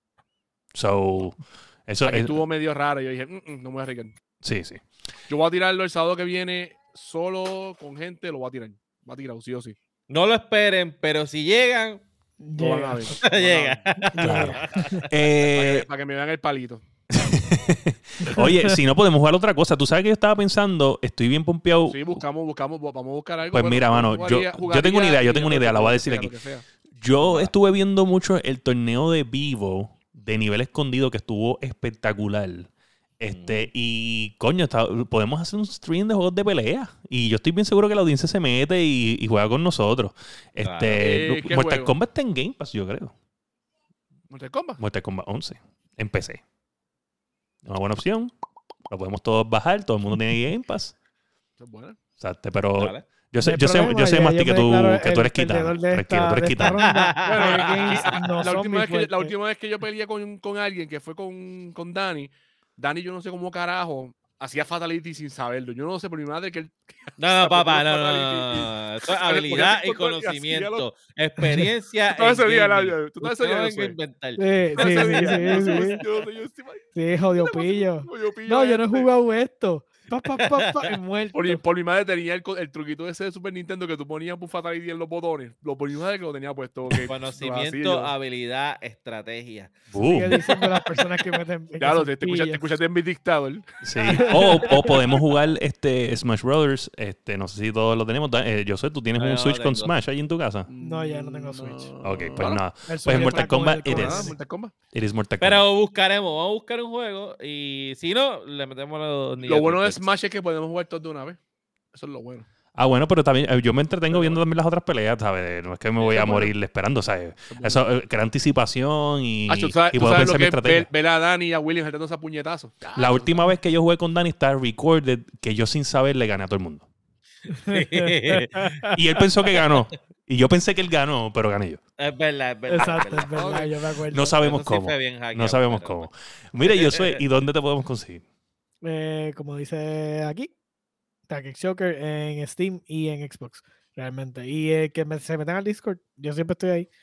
So, eso aquí es, estuvo medio raro. Yo dije, mm, mm, no me voy a arriesgar. Sí, sí. Yo voy a tirarlo el sábado que viene solo con gente, lo voy a tirar. Va a tirar, sí o sí. No lo esperen, pero si llegan, lo van a ver. llega. Claro. Para, eh, que, para que me vean el palito. Oye, si no podemos jugar otra cosa. Tú sabes que yo estaba pensando, estoy bien pompeado. Sí, buscamos, buscamos, vamos a buscar algo. Pues bueno, mira, mano, jugaría, yo, jugaría yo tengo una idea, yo y tengo una lo idea, que la voy a sea, decir aquí. lo que sea. Yo estuve viendo mucho el torneo de Vivo de nivel escondido que estuvo espectacular. Este, y coño, está- podemos hacer un stream de juegos de pelea. Y yo estoy bien seguro que la audiencia se mete y, y juega con nosotros. Este, Claro. Eh, ¿qué Mortal juego? Kombat está en Game Pass, yo creo. Mortal Kombat. Mortal Kombat once. En P C. Una buena opción. Lo podemos todos bajar. Todo el mundo tiene Game Pass. Eso es bueno. Exacto, pero Dale. yo sé, No hay yo sé, problema, yo sé ya Masti, yo que me tú, declaro que tú eres el perdedor quitado. de Tranquilo, esta- tú eres de esta quitado. ronda. Bueno, Los y- games y- no la, son última mi vez que, la fuerte. última vez que yo peleé con, con alguien que fue con, con Dani, Dani yo no sé cómo carajo hacía fatality sin saberlo. Yo no sé por mi madre que él... No, no, papá, no, no, Fatality. no, no. Esto es Porque habilidad ese y control y hacía conocimiento, experiencia. Tú estabas en ese día, gaming. Eladio, tú estabas ese Usted día no de venga a eso, inventar. Sí, Ese sí, día, sí, yo- sí, sí. yo- yo- yo- Sí, jodido pillo. yo pillo No, yo no he este. jugado esto. Pa, pa, pa, pa, y muerto. Por, mi- por mi madre tenía el, co- el truquito ese de Super Nintendo que tú ponías un fatality en los botones. Lo por mi madre que lo tenía puesto. que- Conocimiento, así, habilidad, estrategia. Boom. Sigue diciendo las personas que meten. que Claro, son te, te, escuchaste, te pillos. escuchaste en mi dictador. Sí. O, o podemos jugar este Smash Brothers. Este, no sé si todos lo tenemos. Da- eh, yo sé, tú tienes No, yo un no lo Switch con tengo. Smash ahí en tu casa. No, ya no tengo Switch. Ok, pues Bueno, nada. El Pues Switch Mortal está con Kombat el it nada, is. Mortal Kombat. It is Mortal Kombat. Pero buscaremos, vamos a buscar un juego y si no, le metemos los Lo bueno de Ninja Smash es que podemos jugar todos de una vez. Eso es lo bueno. Ah, bueno, pero también eh, yo me entretengo Pero viendo bueno. también las otras peleas, ¿sabes? No es que me voy Eso a es bueno. morir esperando, ¿sabes? Eso es bueno. Eso eh, crea anticipación y, Ah, tú sabes, y tú puedo sabes lo pensar mi que es estrategia. ver, ver a Dani y a William jaltándose a puñetazos. La última vez que yo jugué con Dani está recorded que yo sin saber le gané a todo el mundo. Y él pensó que ganó. Y yo pensé que él ganó, pero gané yo. Es verdad, es verdad. Exacto, es es verdad. verdad, yo me acuerdo. No sabemos Eso sí cómo. fue bien hackeado, No sabemos pero cómo. Mire, yo soy. ¿Y dónde te podemos conseguir? Eh, como dice aquí, Tactics Joker en Steam y en Xbox, realmente. Y eh, que me- se metan al Discord, yo siempre estoy ahí.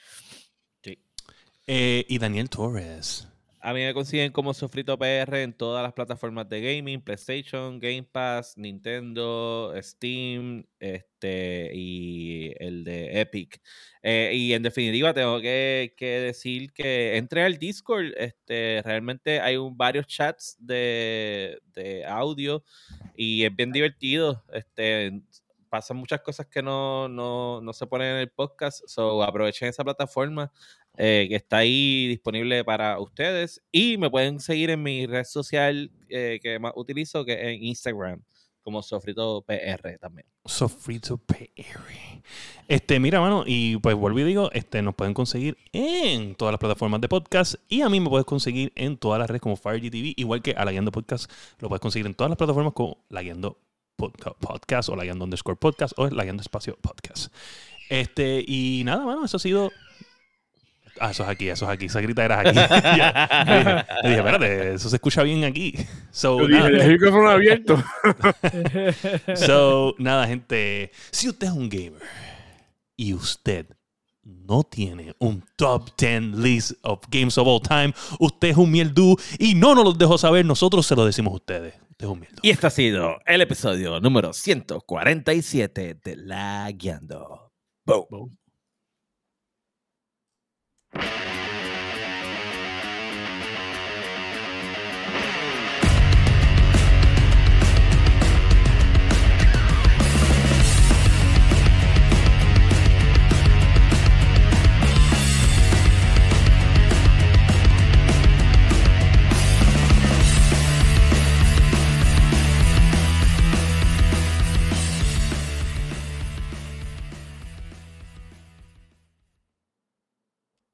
Eh, y Daniel Torres. A mí me consiguen como Sofrito P R en todas las plataformas de gaming, PlayStation, Game Pass, Nintendo, Steam, este y el de Epic. Eh, y en definitiva tengo que, que decir que entré al Discord, este, realmente hay un, varios chats de, de audio y es bien divertido. Este, pasan muchas cosas que no, no, no se ponen en el podcast, so aprovechen esa plataforma. Eh, que está ahí disponible para ustedes y me pueden seguir en mi red social eh, que más utilizo, que es en Instagram, como Sofrito P R también. Sofrito P R. Este, mira, mano, y pues vuelvo y digo, este, nos pueden conseguir en todas las plataformas de podcast y a mí me puedes conseguir en todas las redes como FireGTV, igual que a La Guiando Podcast, lo puedes conseguir en todas las plataformas como La Guiando Podca- Podcast o La Guiando Underscore Podcast o La Guiando Espacio Podcast. Este, y nada, mano, eso ha sido... Ah, eso es aquí, eso es aquí, esa grita era aquí. Ya. Yo dije, yo dije, espérate, eso se escucha bien aquí. So, Yo dije, nada. "Deja el micrófono abierto". So, nada, gente. Si usted es un gamer y usted no tiene un top diez list of games of all time, usted es un mierdú y no nos lo dejó saber, nosotros se lo decimos a ustedes. Usted es un mierdú. Y este ha sido el episodio número ciento cuarenta y siete de La Guiando. Boom. Boom.